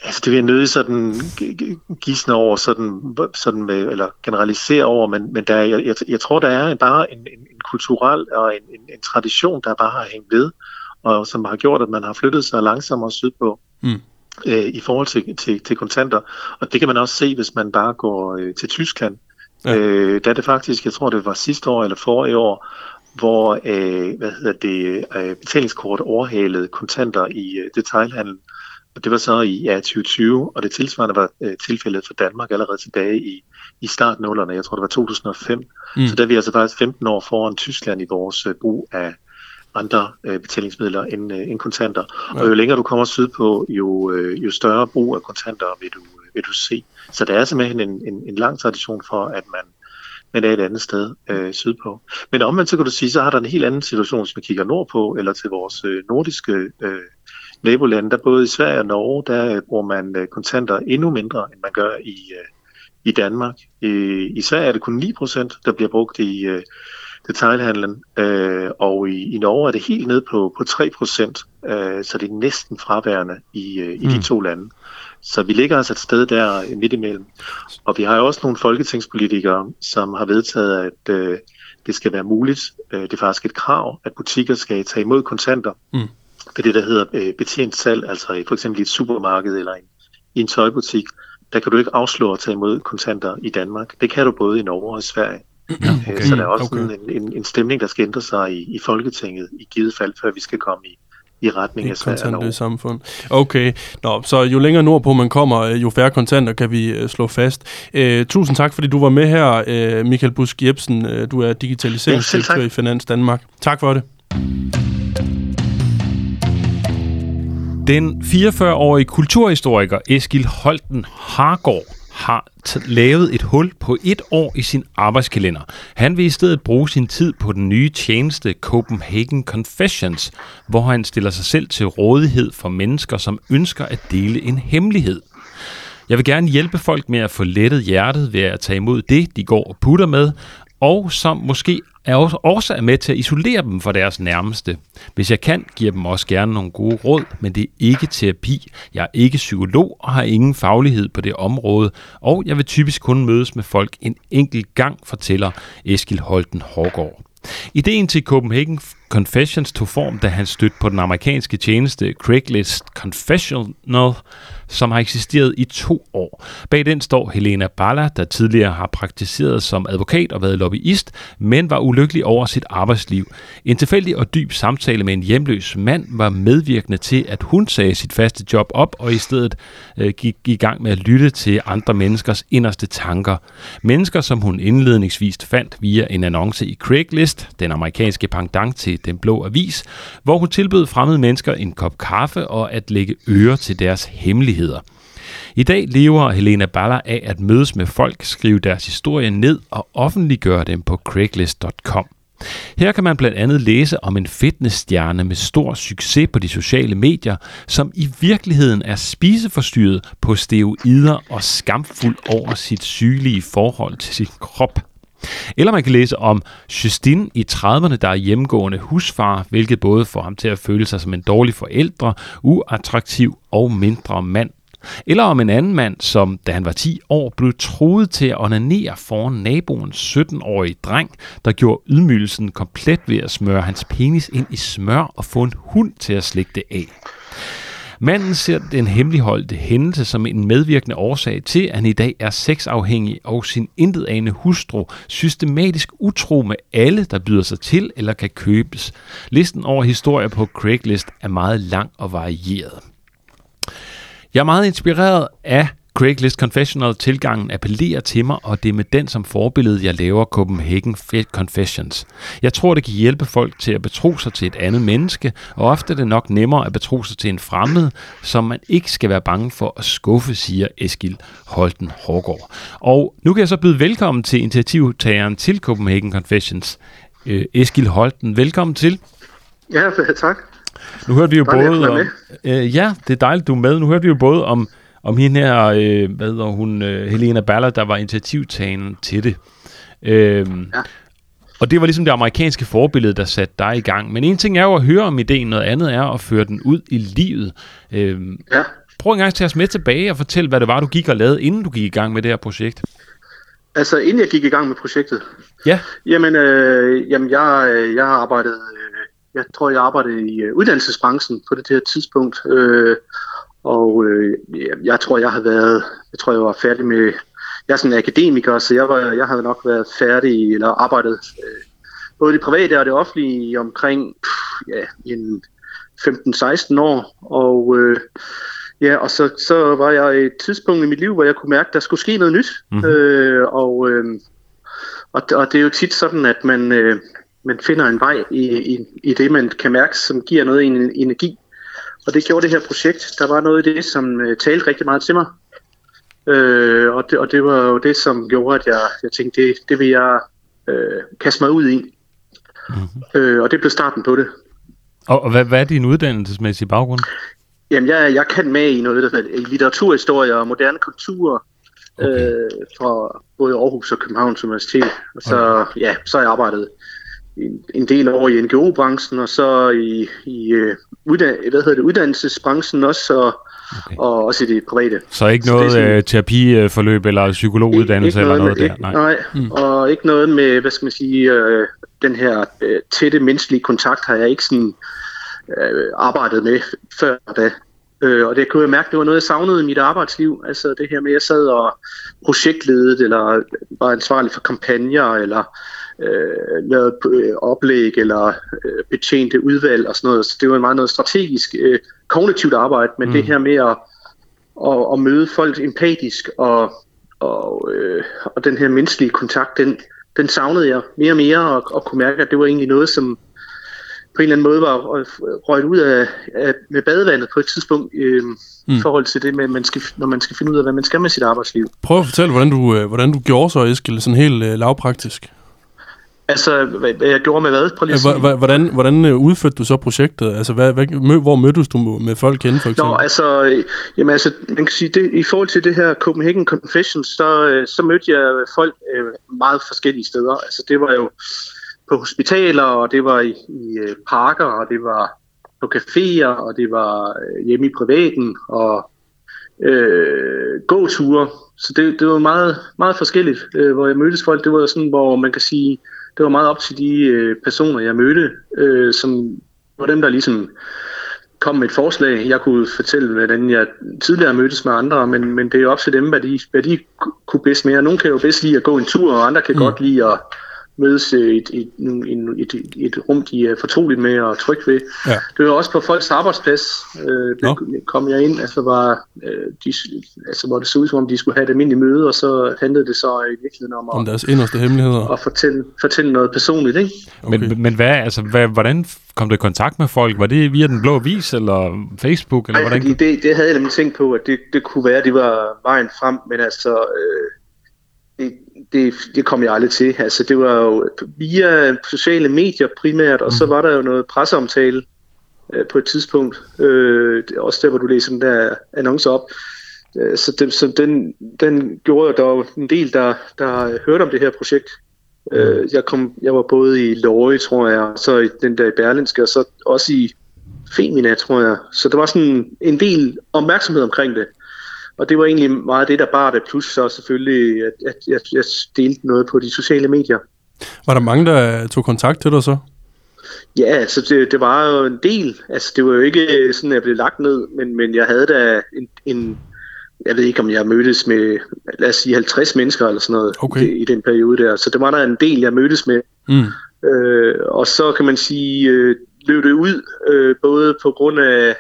Altså det vil jeg nødig sådan gisne over, sådan, sådan med, eller generalisere over, men, men der er, jeg, jeg tror, der er bare en, en, en kulturel og en, en, en tradition, der bare har hængt ved, og som har gjort, at man har flyttet sig langsommere sydpå mm. øh, i forhold til, til, til kontanter. Og det kan man også se, hvis man bare går øh, til Tyskland. Ja. Øh, der er det faktisk, jeg tror det var sidste år eller forrige år, hvor øh, hvad hedder det, øh, betalingskort overhalede kontanter i øh, detailhandlen. Og det var så i ja, tyve tyve, og det tilsvarende var øh, tilfældet for Danmark allerede tilbage i, i startnullerne. Jeg tror, det var to tusind og fem. Mm. Så der er vi altså faktisk femten år foran Tyskland i vores øh, brug af andre øh, betalingsmidler end, øh, end kontanter. Ja. Og jo længere du kommer sydpå, jo, øh, jo større brug af kontanter vil du, øh, vil du se. Så der er simpelthen en, en, en lang tradition for, at man, man er et andet sted øh, sydpå. Men omvendt så kan du sige, så har der en helt anden situation, hvis man kigger nordpå, eller til vores øh, nordiske øh, nabolande, der både i Sverige og Norge, der bruger man øh, kontanter endnu mindre, end man gør i, øh, i Danmark. I, I Sverige er det kun ni procent, der bliver brugt i øh, detailhandlen, øh, og i, i Norge er det helt ned på, på tre procent, øh, så det er næsten fraværende i, øh, i mm. de to lande. Så vi ligger altså et sted der midt imellem. Og vi har jo også nogle folketingspolitikere, som har vedtaget, at øh, det skal være muligt, øh, det er faktisk et krav, at butikker skal tage imod kontanter, mm. for det, der hedder øh, betjent salg, altså i for eksempel i et supermarked eller en, i en tøjbutik, der kan du ikke afslå at tage imod kontanter i Danmark. Det kan du både i Norge og i Sverige. Ja, okay. Så der er også okay. en, en, en stemning, der skal ændre sig i, i Folketinget i givet fald, før vi skal komme i, i retning af Sverige og Norge. Samfund. Okay, Nå, så jo længere nordpå man kommer, jo færre kontanter kan vi uh, slå fast. Uh, tusind tak, fordi du var med her, uh, Michael Busk Jebsen. Uh, du er digitaliseringsdirektør ja, i Finans Danmark. Tak for det. Den fireogfyrre-årige kulturhistoriker Eskil Holten Hargaard har t- lavet et hul på et år i sin arbejdskalender. Han vil i stedet bruge sin tid på den nye tjeneste Copenhagen Confessions, hvor han stiller sig selv til rådighed for mennesker, som ønsker at dele en hemmelighed. Jeg vil gerne hjælpe folk med at få lettet hjertet ved at tage imod det, de går og putter med, og som måske er også, også er med til at isolere dem fra deres nærmeste. Hvis jeg kan, giver dem også gerne nogle gode råd, men det er ikke terapi. Jeg er ikke psykolog og har ingen faglighed på det område, og jeg vil typisk kun mødes med folk en enkelt gang, fortæller Eskil Holten Hargaard. Ideen til Copenhagen Confessions tog form, da han stødte på den amerikanske tjeneste Craigslist Confessional, som har eksisteret i to år. Bag den står Helena Balla, der tidligere har praktiseret som advokat og været lobbyist, men var ulykkelig over sit arbejdsliv. En tilfældig og dyb samtale med en hjemløs mand var medvirkende til, at hun sagde sit faste job op og i stedet øh, gik i gang med at lytte til andre menneskers inderste tanker. Mennesker, som hun indledningsvis fandt via en annonce i Craigslist, den amerikanske pendant til Den Blå Avis, hvor hun tilbød fremmede mennesker en kop kaffe og at lægge øre til deres hemmeligheder. I dag lever Helena Balla af at mødes med folk, skrive deres historie ned og offentliggøre dem på Craigslist punktum com. Her kan man blandt andet læse om en fitnessstjerne med stor succes på de sociale medier, som i virkeligheden er spiseforstyrret på steroider og skamfuld over sit sygelige forhold til sin krop. Eller man kan læse om Justin i trediverne, der er hjemmegående husfar, hvilket både får ham til at føle sig som en dårlig forældre, uattraktiv og mindre mand. Eller om en anden mand, som da han var ti år, blev truet til at onanere foran naboens sytten-årige dreng, der gjorde ydmygelsen komplet ved at smøre hans penis ind i smør og få en hund til at slikke det af. Manden ser den hemmeligholdte hændelse som en medvirkende årsag til, at han i dag er sexafhængig og sin intetanende hustru systematisk utro med alle, der byder sig til eller kan købes. Listen over historier på Craigslist er meget lang og varieret. Jeg er meget inspireret af Craigslist Confessional-tilgangen appellerer til mig, og det er med den som forbillede, jeg laver Copenhagen Confessions. Jeg tror, det kan hjælpe folk til at betro sig til et andet menneske, og ofte er det nok nemmere at betro sig til en fremmed, som man ikke skal være bange for at skuffe, siger Eskil Holten Hargaard. Og nu kan jeg så byde velkommen til initiativtageren til Copenhagen Confessions, øh, Eskil Holten. Velkommen til. Ja, tak. Nu hørte vi jo både om... Øh, ja, det er dejligt, du er med. Nu hørte vi jo både om om hende her, øh, hvad hedder hun, øh, Helena Balla, der var initiativtageren til det. Øh, ja. Og det var ligesom det amerikanske forbillede, der satte dig i gang. Men en ting er jo at høre om ideen, noget andet er at føre den ud i livet. Øh, ja. Prøv en gang at tage os med tilbage og fortæl, hvad det var, du gik og lavede, inden du gik i gang med det her projekt. Altså, inden jeg gik i gang med projektet? Ja. Jamen, øh, jamen jeg, jeg har arbejdet, øh, jeg tror, jeg arbejdede i øh, uddannelsesbranchen på det her tidspunkt. Øh, og øh, jeg tror, jeg har været, jeg tror, jeg var færdig med, jeg er sådan en akademiker, så jeg, var, jeg havde nok været færdig, eller arbejdet øh, både det private og det offentlige i omkring pff, ja, en femten seksten år. Og øh, ja, og så, så var jeg et tidspunkt i mit liv, hvor jeg kunne mærke, at der skulle ske noget nyt. Mm-hmm. Øh, og, øh, og, og det er jo tit sådan, at man, øh, man finder en vej i, i, i det, man kan mærke, som giver noget energi. Og det gjorde det her projekt. Der var noget i det, som øh, talte rigtig meget til mig. Øh, og, det, og det var jo det, som gjorde, at jeg, jeg tænkte, det, det vil jeg øh, kaste mig ud i. Mm-hmm. Øh, og det blev starten på det. Og, og hvad, hvad er din uddannelsesmæssige baggrund? Jamen, jeg, jeg kan med i noget, der hedder litteraturhistorie og moderne kultur, okay. øh, fra både Aarhus og Københavns Universitet. Og så, okay. ja, så har jeg arbejdet en, en del år i N G O-branchen, og så i, i uddan- hvad hedder det, uddannelsesbranchen også, og, okay. og også i det private. Så ikke noget så sådan, terapiforløb eller psykologuddannelse ikke, ikke eller noget med, der? Ikke, nej, nej. Mm. Og ikke noget med, hvad skal man sige, øh, den her øh, tætte menneskelige kontakt har jeg ikke sådan øh, arbejdet med før da. Øh, og det kunne jeg mærke, det var noget, jeg savnede i mit arbejdsliv. Altså det her med, at jeg sad og projektledede, eller var ansvarlig for kampagner, eller øh, lavede øh, oplæg, eller øh, betjente udvalg og sådan noget. Så det var meget noget strategisk, øh, kognitivt arbejde, men mm. det her med at, at, at møde folk empatisk, og, og, øh, og den her menneskelige kontakt, den, den savnede jeg mere og mere, og, og kunne mærke, at det var egentlig noget, som på en eller anden måde var røget ud af, af med badevandet på et tidspunkt øh, mm. i forhold til det, med, man skal, når man skal finde ud af, hvad man skal med sit arbejdsliv. Prøv at fortælle, hvordan du, øh, hvordan du gjorde så, Eskild, sådan helt øh, lavpraktisk. Altså, hvad, hvad jeg gjorde med hvad? Prøv lige at sige. Hvordan, hvordan udførte du så projektet? Altså, hvad, hvad, mø, hvor mødtes du med folk inden, for eksempel? Nå, altså, jamen, altså, man kan sige, det, i forhold til det her Copenhagen Confessions, så, så mødte jeg folk øh, meget forskellige steder. Altså, det var jo på hospitaler, og det var i, i parker, og det var på caféer, og det var hjemme i privaten, og øh, gåture. Så det, det var meget, meget forskelligt, øh, hvor jeg mødtes folk. Det var sådan, hvor man kan sige, det var meget op til de øh, personer, jeg mødte, øh, som var dem, der ligesom kom med et forslag. Jeg kunne fortælle, hvordan jeg tidligere mødtes med andre, men, men det er jo op til dem, hvad de, hvad de kunne bedst mere. Nogle kan jo bedst lide at gå en tur, og andre kan mm. godt lide at mødes i et, et, et, et, et rum, de er fortroligt med og tryg ved. Ja. Det var også på folks arbejdsplads, øh, no. kom jeg ind, altså, var, øh, de, altså, hvor det så ud som om, de skulle have et almindeligt møde, og så handlede det så i virkeligheden om, om deres inderste hemmeligheder. At fortælle, fortælle noget personligt. Ikke? Okay. Men, men hvad, altså, hvad, hvordan kom du i kontakt med folk? Var det via Den Blå Avis eller Facebook? Eller Nej, hvordan? Fordi det, det havde jeg nemlig tænkt på, at det, det kunne være, at det var vejen frem, men altså... Øh, Det, det, det kom jeg aldrig til. Altså, det var jo via sociale medier primært, og mm. så var der jo noget presseomtale øh, på et tidspunkt. Øh, også der, hvor du læser den der annonce op. Øh, så den, så den, den gjorde, at der var en del, der, der hørte om det her projekt. Mm. Øh, jeg, kom, jeg var både i Løje, tror jeg, og så i den der i Berlingske, og så også i Femina, tror jeg. Så der var sådan en del opmærksomhed omkring det. Og det var egentlig meget det, der bar det, plus så selvfølgelig, at, at jeg, jeg delte noget på de sociale medier. Var der mange, der tog kontakt til dig så? Ja, altså det, det var jo en del. Altså det var jo ikke sådan, at jeg blev lagt ned, men, men jeg havde da en, en, jeg ved ikke om jeg mødtes med, lad os sige halvtreds mennesker eller sådan noget okay. i, i den periode der. Så det var der en del, jeg mødtes med. Mm. Øh, og så kan man sige, øh, løb det ud, øh, både på grund af,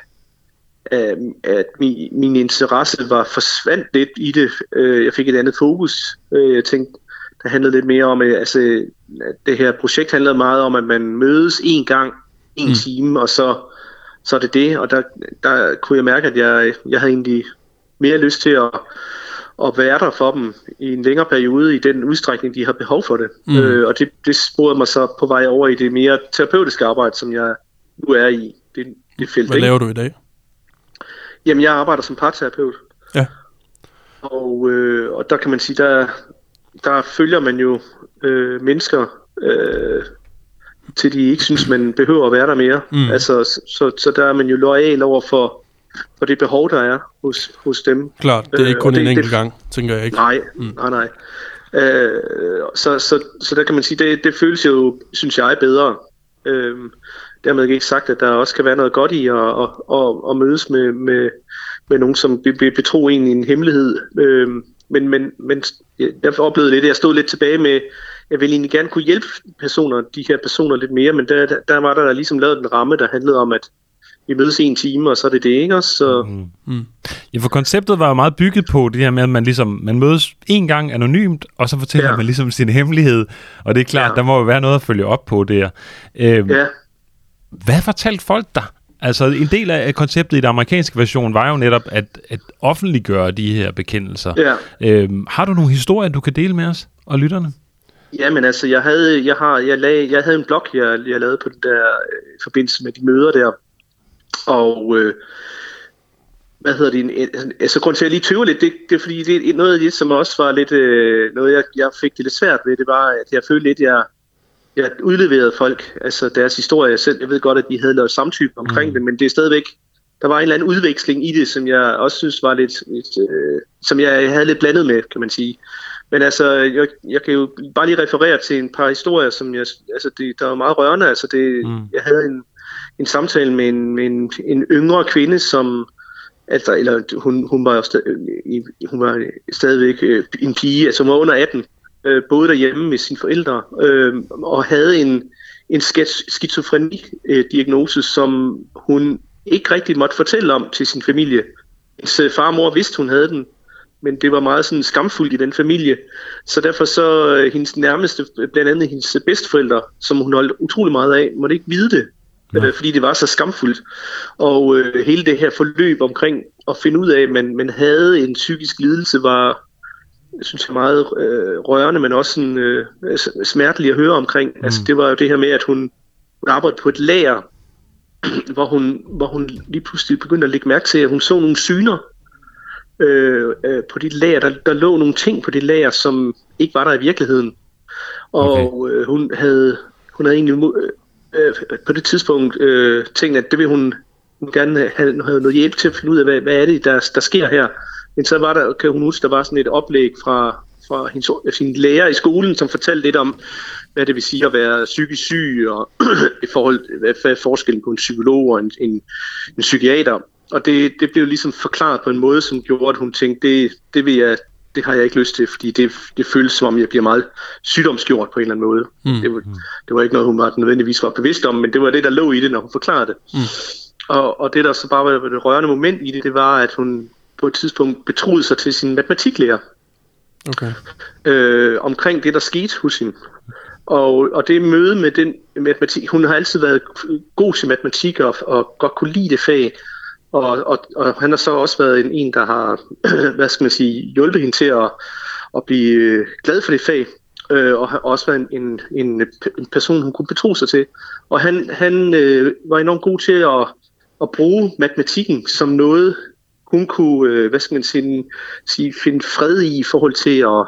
at min, min interesse var forsvandt lidt i det. Jeg fik et andet fokus. Jeg tænkte, det handlede lidt mere om, at altså, det her projekt handlede meget om, at man mødes en gang, en mm. time, og så, så er det det. Og der, der kunne jeg mærke, at jeg, jeg havde egentlig mere lyst til at, at være der for dem i en længere periode, i den udstrækning, de har behov for det. Mm. Øh, og det, det sporede mig så på vej over i det mere terapeutiske arbejde, som jeg nu er i. Det, det felt, Hvad laver du i dag? Jamen, jeg arbejder som parterapeut. Ja. Og, øh, og der kan man sige, der, der følger man jo øh, mennesker, øh, til de ikke synes, man behøver at være der mere. Mm. Altså, så, så der er man jo loyal over for for det behov, der er hos, hos dem. Klart, det er ikke kun øh, en det, enkelt det, gang, tænker jeg ikke. Nej, mm. nej, nej. Øh, så, så, så der kan man sige, det, det føles jo, synes jeg, bedre. Øh, dermed ikke sagt, at der også kan være noget godt i at, at, at, at mødes med, med, med nogen, som betro en i en hemmelighed. Øh, men, men, men jeg oplevede lidt, jeg stod lidt tilbage med, jeg ville egentlig gerne kunne hjælpe personer, de her personer lidt mere, men der, der var der ligesom lavet en ramme, der handlede om, at vi mødes en time, og så er det det, ikke også? Så... Mm. Mm. Ja, for konceptet var jo meget bygget på det her med, at man ligesom, man mødes en gang anonymt, og så fortæller ja. man ligesom sin hemmelighed, og det er klart, ja. der må jo være noget at følge op på der. Øhm, ja. Hvad fortalte folk der? Altså, en del af konceptet i den amerikanske version var jo netop at, at offentliggøre de her bekendelser. Ja. Øhm, har du nogle historier, du kan dele med os og lytterne? Jamen altså, jeg havde, jeg har, jeg lag, jeg havde en blog, jeg, jeg lavede på den der øh, forbindelse med de møder der, og øh, hvad hedder det, altså grund til at jeg lige tøver lidt, det, det er fordi, det er noget af det, som også var lidt, øh, noget jeg, jeg fik det lidt svært ved, det var, at jeg følte lidt, jeg, jeg udleverede folk, altså deres historie selv. Jeg ved godt, at de havde lavet samtykke omkring mm. det, men det er stadigvæk, der var en eller anden udveksling i det, som jeg også synes var lidt, lidt øh, som jeg havde lidt blandet med, kan man sige. Men altså, jeg, jeg kan jo bare lige referere til en par historier, som jeg, altså det, der var meget rørende. Altså det, mm. jeg havde en, en samtale med en, med en, en yngre kvinde, som, altså, eller hun, hun var stadig, hun var stadigvæk en pige, altså hun var under atten, øh, boede derhjemme med sine forældre, øh, og havde en, en skizofreni-diagnose, som hun ikke rigtig måtte fortælle om til sin familie. Hendes far og mor vidste, hun havde den, men det var meget sådan skamfuldt i den familie. Så derfor så øh, hendes nærmeste, blandt andet hendes bedsteforældre, som hun holdt utrolig meget af, måtte ikke vide det, ja. øh, fordi det var så skamfuldt. Og øh, hele det her forløb omkring at finde ud af, at man, man havde en psykisk lidelse, var, jeg synes, meget øh, rørende, men også sådan, øh, smerteligt at høre omkring. Mm. Altså, det var jo det her med, at hun, hun arbejdede på et lager, hvor hun, hvor hun lige pludselig begyndte at lægge mærke til, at hun så nogle syner, Øh, øh, på dit lager, der, der lå nogle ting på dit lager, som ikke var der i virkeligheden. Og okay. øh, hun havde hun havde egentlig øh, på det tidspunkt øh, tænkt, at det ville hun, hun gerne have, have noget hjælp til at finde ud af, hvad, hvad er det, der, der sker her. Men så var der, kan hun huske, der var sådan et oplæg fra, fra hendes, sin lærer i skolen, som fortalte lidt om, hvad det vil sige at være psykisk syg, og i forhold, hvad er forskellen på en psykolog og en, en, en psykiater. Og det, det blev ligesom forklaret på en måde, som gjorde, at hun tænkte, det, det, vil jeg, det har jeg ikke lyst til, fordi det, det føles som om, jeg bliver meget sygdomsgjort på en eller anden måde. Mm. Det, var, det var ikke noget, hun var nødvendigvis var bevidst om, men det var det, der lå i det, når hun forklarede det. Mm. Og, og det, der så bare var det rørende moment i det, det var, at hun på et tidspunkt betroede sig til sin matematiklærer. Okay. Øh, omkring det, der skete hos hende. Og, og det møde med den matematik, hun har altid været god til matematik og, og godt kunne lide det fag. Og, og, og han har så også været en, en der har, hvad skal man sige, hjulpet hende til at, at blive glad for det fag, øh, og har også været en, en, en person, hun kunne betro sig til. Og han, han øh, var enormt god til at, at bruge matematikken som noget, hun kunne, øh, hvad skal man sige, sige, finde fred i i forhold til at,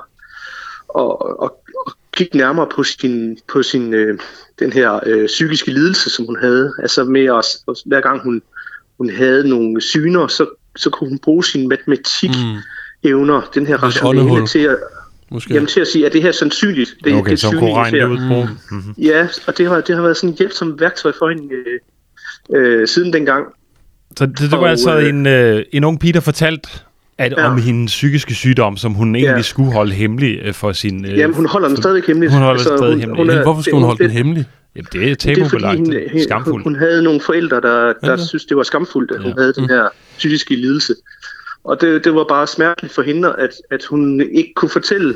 at, at, at kigge nærmere på sin, på sin øh, den her øh, psykiske lidelse, som hun havde. Altså med at, hver gang hun hun havde nogle syner, så, så kunne hun bruge sine matematik-evner, mm. den her rationale, til at, jamen, til at sige, at det her er sandsynligt. Det, okay, det så hun kunne regne det ud på. Mm-hmm. Ja, og det har, det har været sådan et hjælpsomt værktøj for hende øh, øh, siden dengang. Så det, det var og, altså øh, en, øh, en ung pige, der fortalte at ja. om hendes psykiske sygdom, som hun egentlig ja. skulle holde hemmelig for sin... Øh, jamen, hun holder den stadig hemmelig. Hun holder altså, den stadig hun, hemmelig. Hun er, Hvorfor skulle hun holde den hemmelig? Jamen, det er tabubelagt. Skamfuldt. Hun, hun havde nogle forældre, der, der ja. synes det var skamfuldt, at hun ja. havde den her psykiske lidelse. Og det, det var bare smerteligt for hende, at, at hun ikke kunne fortælle,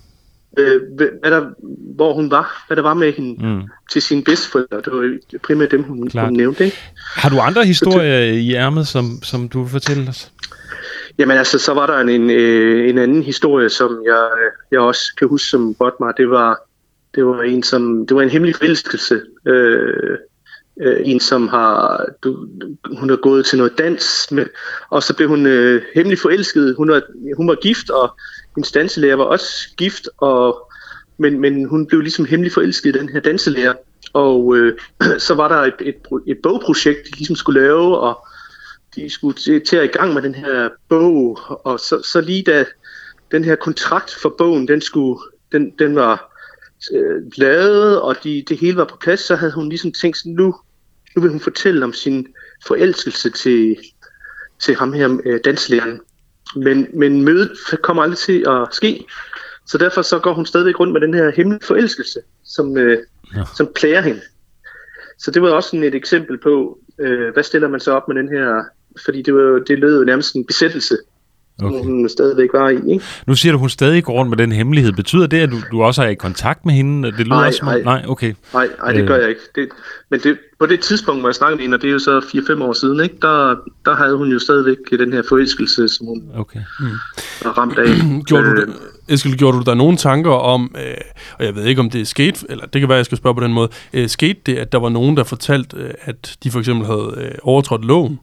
øh, hvad der, hvor hun var, hvad der var med hende mm. til sine bedsteforældre. Det var primært dem, hun, hun nævnte. Ikke? Har du andre historier i ærmet, som, som du vil fortælle os? Jamen altså, så var der en, en, en anden historie, som jeg, jeg også kan huske som Bodmar. Det var Det var en som det var en hemmelig forelskelse. Øh, øh, en som har du, hun har gået til noget dans med, og så blev hun øh, hemmelig forelsket. Hun var hun var gift, og hendes danselærer var også gift, og men men hun blev ligesom hemmelig forelsket i den her danselærer. Og øh, så var der et, et, et bogprojekt, de ligesom skulle lave, og de skulle til, til at i gang med den her bog, og så, så lige da den her kontrakt for bogen, den, skulle, den, den var øh, lavet, og de, det hele var på plads, så havde hun ligesom tænkt, nu, nu vil hun fortælle om sin forelskelse til, til ham her, øh, danslæreren. Men, men mødet kommer aldrig til at ske, så derfor så går hun stadigvæk rundt med den her hemmelige forelskelse, som, øh, ja. som plager hende. Så det var også sådan et eksempel på, øh, hvad stiller man så op med den her, fordi det, var, det lød jo nærmest en besættelse, okay. som hun stadigvæk var i. Ikke? Nu siger du, hun stadig går rundt med den hemmelighed. Betyder det, at du, du også er i kontakt med hende? Det lyder nej, også, nej, nej, okay. Nej, nej, det gør jeg ikke. Det, men det, på det tidspunkt, hvor jeg snakkede med hende, og det er jo så fire fem år siden, ikke? Der, der havde hun jo stadigvæk den her forelskelse, som hun okay. mm. var ramt af. gjorde, du, Eskild, gjorde du der nogle tanker om, øh, og jeg ved ikke, om det er sket, eller det kan være, jeg skal spørge på den måde, øh, skete det, at der var nogen, der fortalte, øh, at de for eksempel havde øh, overtrådt loven?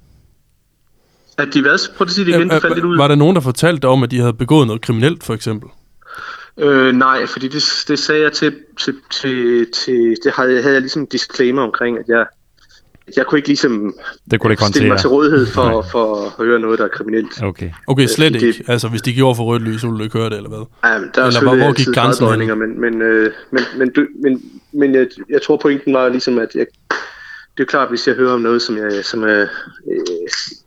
At de hvad? Prøv at sige det igen, det faldt lidt ud. Var der nogen, der fortalte om, at de havde begået noget kriminelt, for eksempel? Øh, nej, fordi det, det sagde jeg til, til, til, til det havde, havde jeg ligesom en disclaimer omkring, at jeg, jeg kunne ikke ligesom det kunne ikke stille mig til rådighed for, for at høre noget, der er kriminelt. Okay, okay slet ikke. Det, altså, hvis de gjorde for rødt lys, så ville du ikke høre det, eller hvad? Ja, men der er eller hvor, hvor gik grænsen hen? Men, men, øh, men, men, men, men, men jeg, jeg tror pointen var ligesom, at jeg, det er klart, hvis jeg hører om noget, som, jeg, som er øh,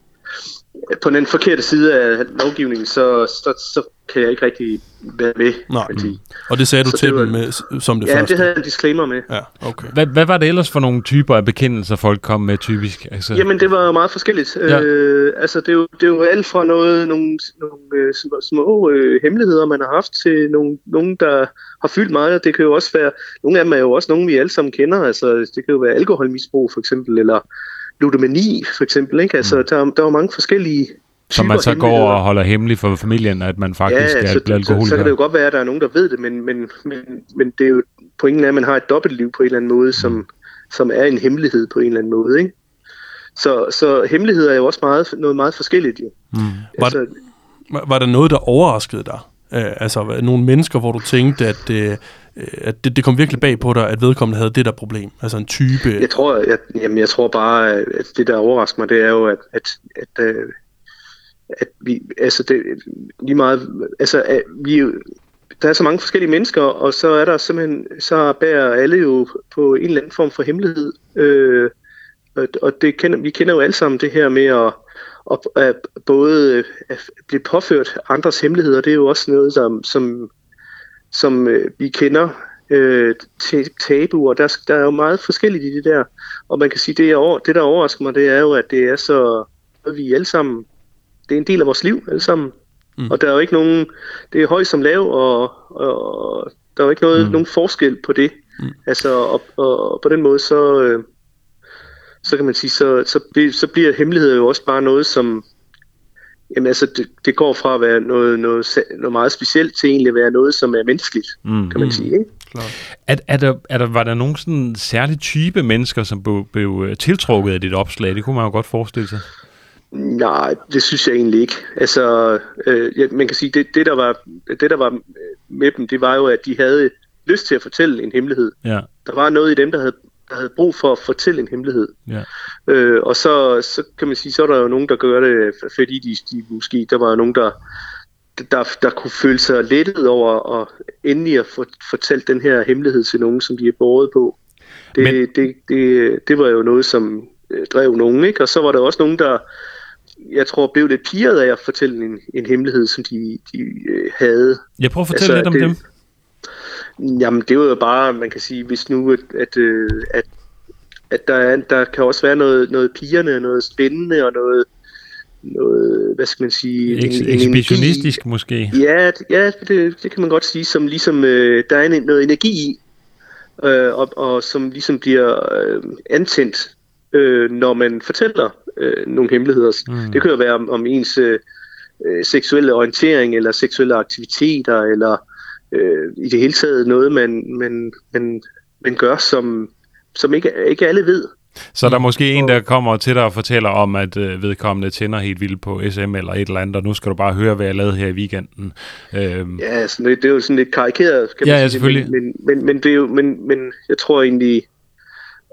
på den forkerte side af lovgivningen, så, så, så kan jeg ikke rigtig være med. Nej. Mm. Og det sagde du så til dem med, som det ja, første? Ja, det havde jeg en disclaimer med. Ja, okay. Hvad, hvad var det ellers for nogle typer af bekendelser, folk kom med typisk? Altså... Jamen, det var meget forskelligt. Ja. Øh, altså, det er, jo, det er jo alt fra noget, nogle, nogle øh, små, små øh, hemmeligheder, man har haft, til nogle, nogle, der har fyldt meget. Det kan jo også være, nogle af dem er jo også nogle, vi alle sammen kender. Altså, det kan jo være alkoholmisbrug, for eksempel, eller ludomani, for eksempel. Ikke? Altså, der, der er mange forskellige som man så går og holder hemmeligt for familien, at man faktisk ja, er alkoholiker. Så, så kan det jo godt være, at der er nogen, der ved det, men, men, men, men det er jo pointen af, at man har et dobbeltliv på en eller anden måde, som, som er en hemmelighed på en eller anden måde. Ikke? Så, så hemmeligheder er jo også meget, noget meget forskelligt. Jo. Mm. Altså, var, var der noget, der overraskede dig? Uh, altså nogle mennesker, hvor du tænkte, at, uh, at det, det kom virkelig bag på dig, at vedkommende havde det der problem? Altså en type... Jeg tror, jeg, jamen, jeg tror bare, at det, der overrasker mig, det er jo, at... at, at, at at vi, altså det, lige meget, altså at vi, der er så mange forskellige mennesker, og så er der simpelthen, så bærer alle jo på en eller anden form for hemmelighed, øh, og, og det kender, vi kender jo alle sammen det her med at, at, at både at blive påført andres hemmeligheder, det er jo også noget, som, som, som vi kender, øh, tabuer, der, der er jo meget forskelligt i det der, og man kan sige, det, er, det der overrasker mig, det er jo, at det er så, at vi alle sammen, det er en del af vores liv alle sammen. Mm. Og der er jo ikke nogen, det er høj som lav, og, og der er jo ikke noget, mm. nogen forskel på det. Mm. Altså, og, og på den måde, så, øh, så kan man sige, så, så, så bliver hemmeligheder jo også bare noget, som, jamen altså, det, det går fra at være noget, noget, noget meget specielt til egentlig at være noget, som er menneskeligt, mm. kan man sige, ikke? Er, er der, er der, var der nogen sådan særlig type mennesker, som blev, blev tiltrukket af dit opslag? Det kunne man jo godt forestille sig. Nej, det synes jeg egentlig ikke. Altså, øh, ja, man kan sige, det, det, der var, det der var med dem, det var jo, at de havde lyst til at fortælle en hemmelighed. Ja. Der var noget i dem, der havde, der havde brug for at fortælle en hemmelighed. Ja. Øh, og så, så kan man sige, så er der jo nogen, der gør det, fordi de, de måske, der var jo nogen, der, der, der kunne føle sig lettet over at endelig at få fortalt den her hemmelighed til nogen, som de er båret på. Det, Men... det, det, det var jo noget, som drev nogen, ikke? Og så var der også nogen, der jeg tror, blev lidt pirret af at fortælle en, en hemmelighed, som de, de øh, havde. Jeg prøver at fortælle altså, lidt om det, dem. Jamen, det var jo bare, man kan sige, hvis nu, at, at, at, at der, er, der kan også være noget, noget pigerne, noget spændende og noget, noget hvad skal man sige... Eks- en, ekshibitionistisk en måske? Ja, ja det, det kan man godt sige, som ligesom, øh, der er en, noget energi i, øh, og, og som ligesom bliver øh, antændt, øh, når man fortæller øh, nogle hemmeligheder. Mm. Det kan jo være om, om ens øh, seksuelle orientering, eller seksuelle aktiviteter, eller øh, i det hele taget noget, man, man, man, man gør, som, som ikke, ikke alle ved. Så der er måske en, der kommer til dig og fortæller om, at øh, vedkommende tænder helt vildt på S M eller et eller andet, og nu skal du bare høre, hvad jeg lavede her i weekenden. Øhm. Ja, altså, det, det er jo sådan lidt karikeret, kan man ja, sige. Ja, selvfølgelig. Men, men, men, men, det er jo, men, men jeg tror egentlig,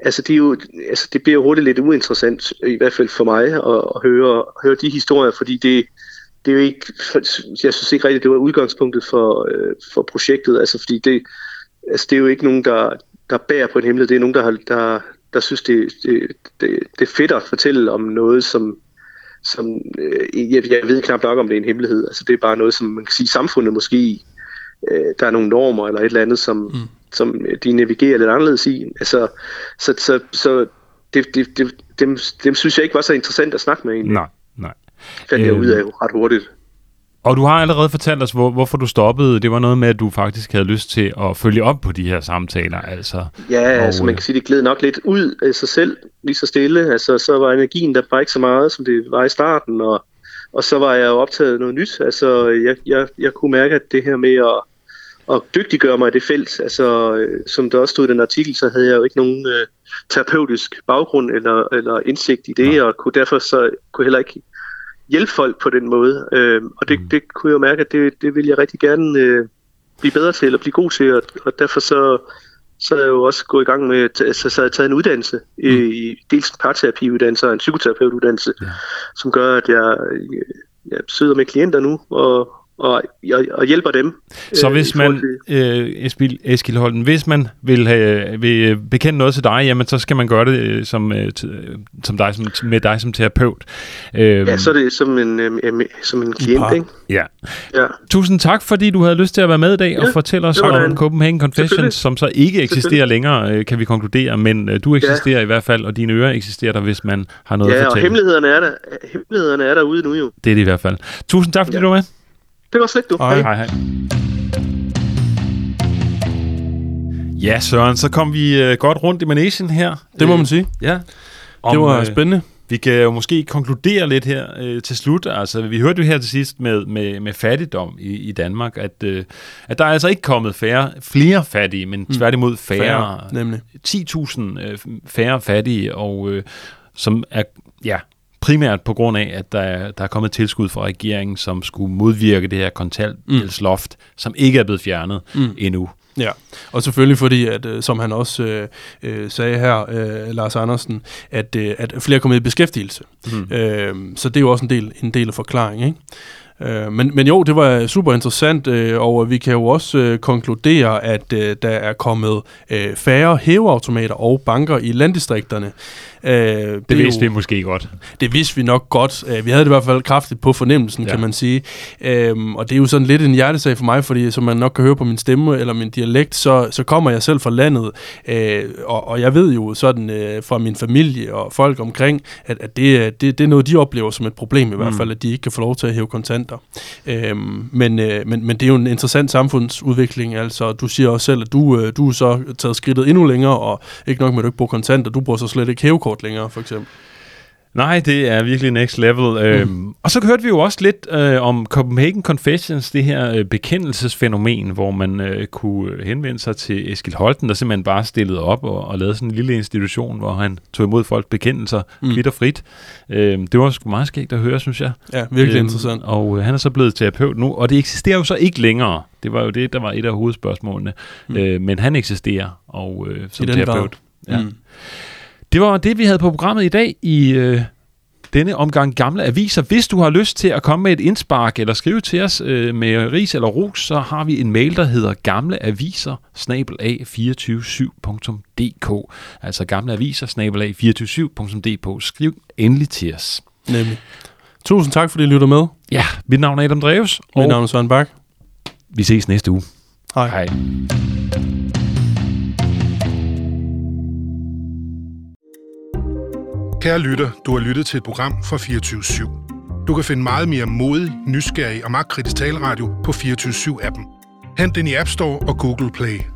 altså, det, er jo, altså, det bliver jo hurtigt lidt uinteressant, i hvert fald for mig, at, at høre, høre de historier, fordi det, det er jo ikke, jeg synes ikke rigtigt, det var udgangspunktet for, øh, for projektet, altså, fordi det, altså, det er jo ikke nogen, der, der bærer på en hemmelighed, det er nogen, der, har, der, der synes, det, det, det, det er fedt at fortælle om noget, som, som øh, jeg, jeg ved knap nok, om det er en hemmelighed, altså, det er bare noget, som man kan sige, samfundet måske, øh, der er nogle normer eller et eller andet, som... Mm. som de navigerer lidt anderledes i. Altså, så så, så det, det, det, dem, dem synes jeg ikke var så interessant at snakke med egentlig. Nej, nej. Fandt jeg ud af ret hurtigt. Og du har allerede fortalt os, hvor, hvorfor du stoppede. Det var noget med, at du faktisk havde lyst til at følge op på de her samtaler. Altså. Ja, og, altså man kan sige, det gled nok lidt ud af sig selv, lige så stille. Altså, så var energien der bare ikke så meget, som det var i starten. Og, og så var jeg jo optaget noget nyt. Altså, jeg, jeg, jeg kunne mærke, at det her med at og dygtiggøre mig i det felt. Altså, øh, som der også stod i den artikel, så havde jeg jo ikke nogen øh, terapeutisk baggrund eller, eller indsigt i det, ja. Og kunne derfor så kunne heller ikke hjælpe folk på den måde. Øh, og det, mm. det kunne jeg jo mærke, at det, det ville jeg rigtig gerne øh, blive bedre til, eller blive god til, og, og derfor så, så er jeg jo også gået i gang med, altså, så har jeg taget en uddannelse, mm. i dels en parterapiuddannelse og en psykoterapeutuddannelse, ja. Som gør, at jeg, jeg sidder med klienter nu, og Og, og, og hjælper dem. Så hvis man, øh, Eskil Holten, hvis man vil, have, vil bekende noget til dig, jamen så skal man gøre det øh, som, øh, som dig, som, med dig som terapeut. Øh, ja, så er det som en, øh, som en klient, ikke? Ja. Ja. Tusind tak, fordi du havde lyst til at være med i dag ja, og fortælle os om en. Copenhagen Confessions, som så ikke eksisterer længere, kan vi konkludere, men øh, du eksisterer ja. I hvert fald, og dine ører eksisterer der, hvis man har noget ja, at fortælle. Ja, og hemmelighederne er der. Hemmelighederne er derude nu jo. Det er det i hvert fald. Tusind tak, fordi ja. Du var med. Det var slet du. Hej. Hej, hej. Ja, Søren, så kom vi uh, godt rundt i managen her. Det må man sige. Ja. Om, det var uh, spændende. Vi kan jo måske konkludere lidt her uh, til slut. Altså, vi hørte jo her til sidst med, med, med fattigdom i, i Danmark, at, uh, at der er altså ikke kommet færre, flere fattige, men mm. tværtimod færre. færre nemlig. ti tusind uh, færre fattige, og uh, som er... ja. Primært på grund af, at der er, der er kommet tilskud fra regeringen, som skulle modvirke det her kontanthjælpsloft, mm. som ikke er blevet fjernet mm. endnu. Ja, og selvfølgelig fordi, at som han også øh, sagde her, øh, Lars Andersen, at, øh, at flere kommer i beskæftigelse. Mm. Øh, så det er jo også en del, en del af forklaringen, ikke? Men, men jo, det var super interessant, og vi kan jo også øh, konkludere, at øh, der er kommet øh, færre hæveautomater og banker i landdistrikterne. Øh, det det vidste jo, vi måske godt. Det vidste vi nok godt. Vi havde det i hvert fald kraftigt på fornemmelsen, ja. Kan man sige. Øh, og det er jo sådan lidt en hjertesag for mig, fordi som man nok kan høre på min stemme eller min dialekt, så, så kommer jeg selv fra landet, øh, og, og jeg ved jo sådan øh, fra min familie og folk omkring, at, at det, det, det er noget, de oplever som et problem i hvert fald, mm. at de ikke kan få lov til at hæve kontanter. Øhm, men, øh, men, men det er jo en interessant samfundsudvikling. Altså, du siger også selv, at du, øh, du er så taget skridtet endnu længere, og ikke nok med, at du ikke bruger kontanter, du bruger så slet ikke hævekort længere, for eksempel. Nej, det er virkelig next level. Mm. Øhm, og så hørte vi jo også lidt øh, om Copenhagen Confessions, det her øh, bekendelsesfænomen, hvor man øh, kunne henvende sig til Eskil Holten, der simpelthen bare stillede op og, og lavede sådan en lille institution, hvor han tog imod folks bekendelser mm. kvitt og frit. Øhm, det var sgu meget skægt at høre, synes jeg. Ja, virkelig øhm, interessant. Og øh, han er så blevet terapeut nu, og det eksisterer jo så ikke længere. Det var jo det, der var et af hovedspørgsmålene. Mm. Øh, men han eksisterer og øh, som terapeut. Ja. Mm. Det var det, vi havde på programmet i dag i øh, denne omgang gamle aviser. Hvis du har lyst til at komme med et indspark eller skrive til os øh, med ris eller ros, så har vi en mail, der hedder gamleaviser snabel-a to fire syv punktum d k. Altså gamleaviser snabel-a to fire syv punktum d k. Skriv endelig til os. Nemlig. Tusind tak, fordi I lytter med. Ja, mit navn er Adam Dreves. Mit navn er Søren Bak. Vi ses næste uge. Hej. Hej. Kære lytter, du har lyttet til et program fra fireogtyve syv. Du kan finde meget mere modig, nysgerrig og magtkritisk taleradio på fireogtyve syv appen. Hent den i App Store og Google Play.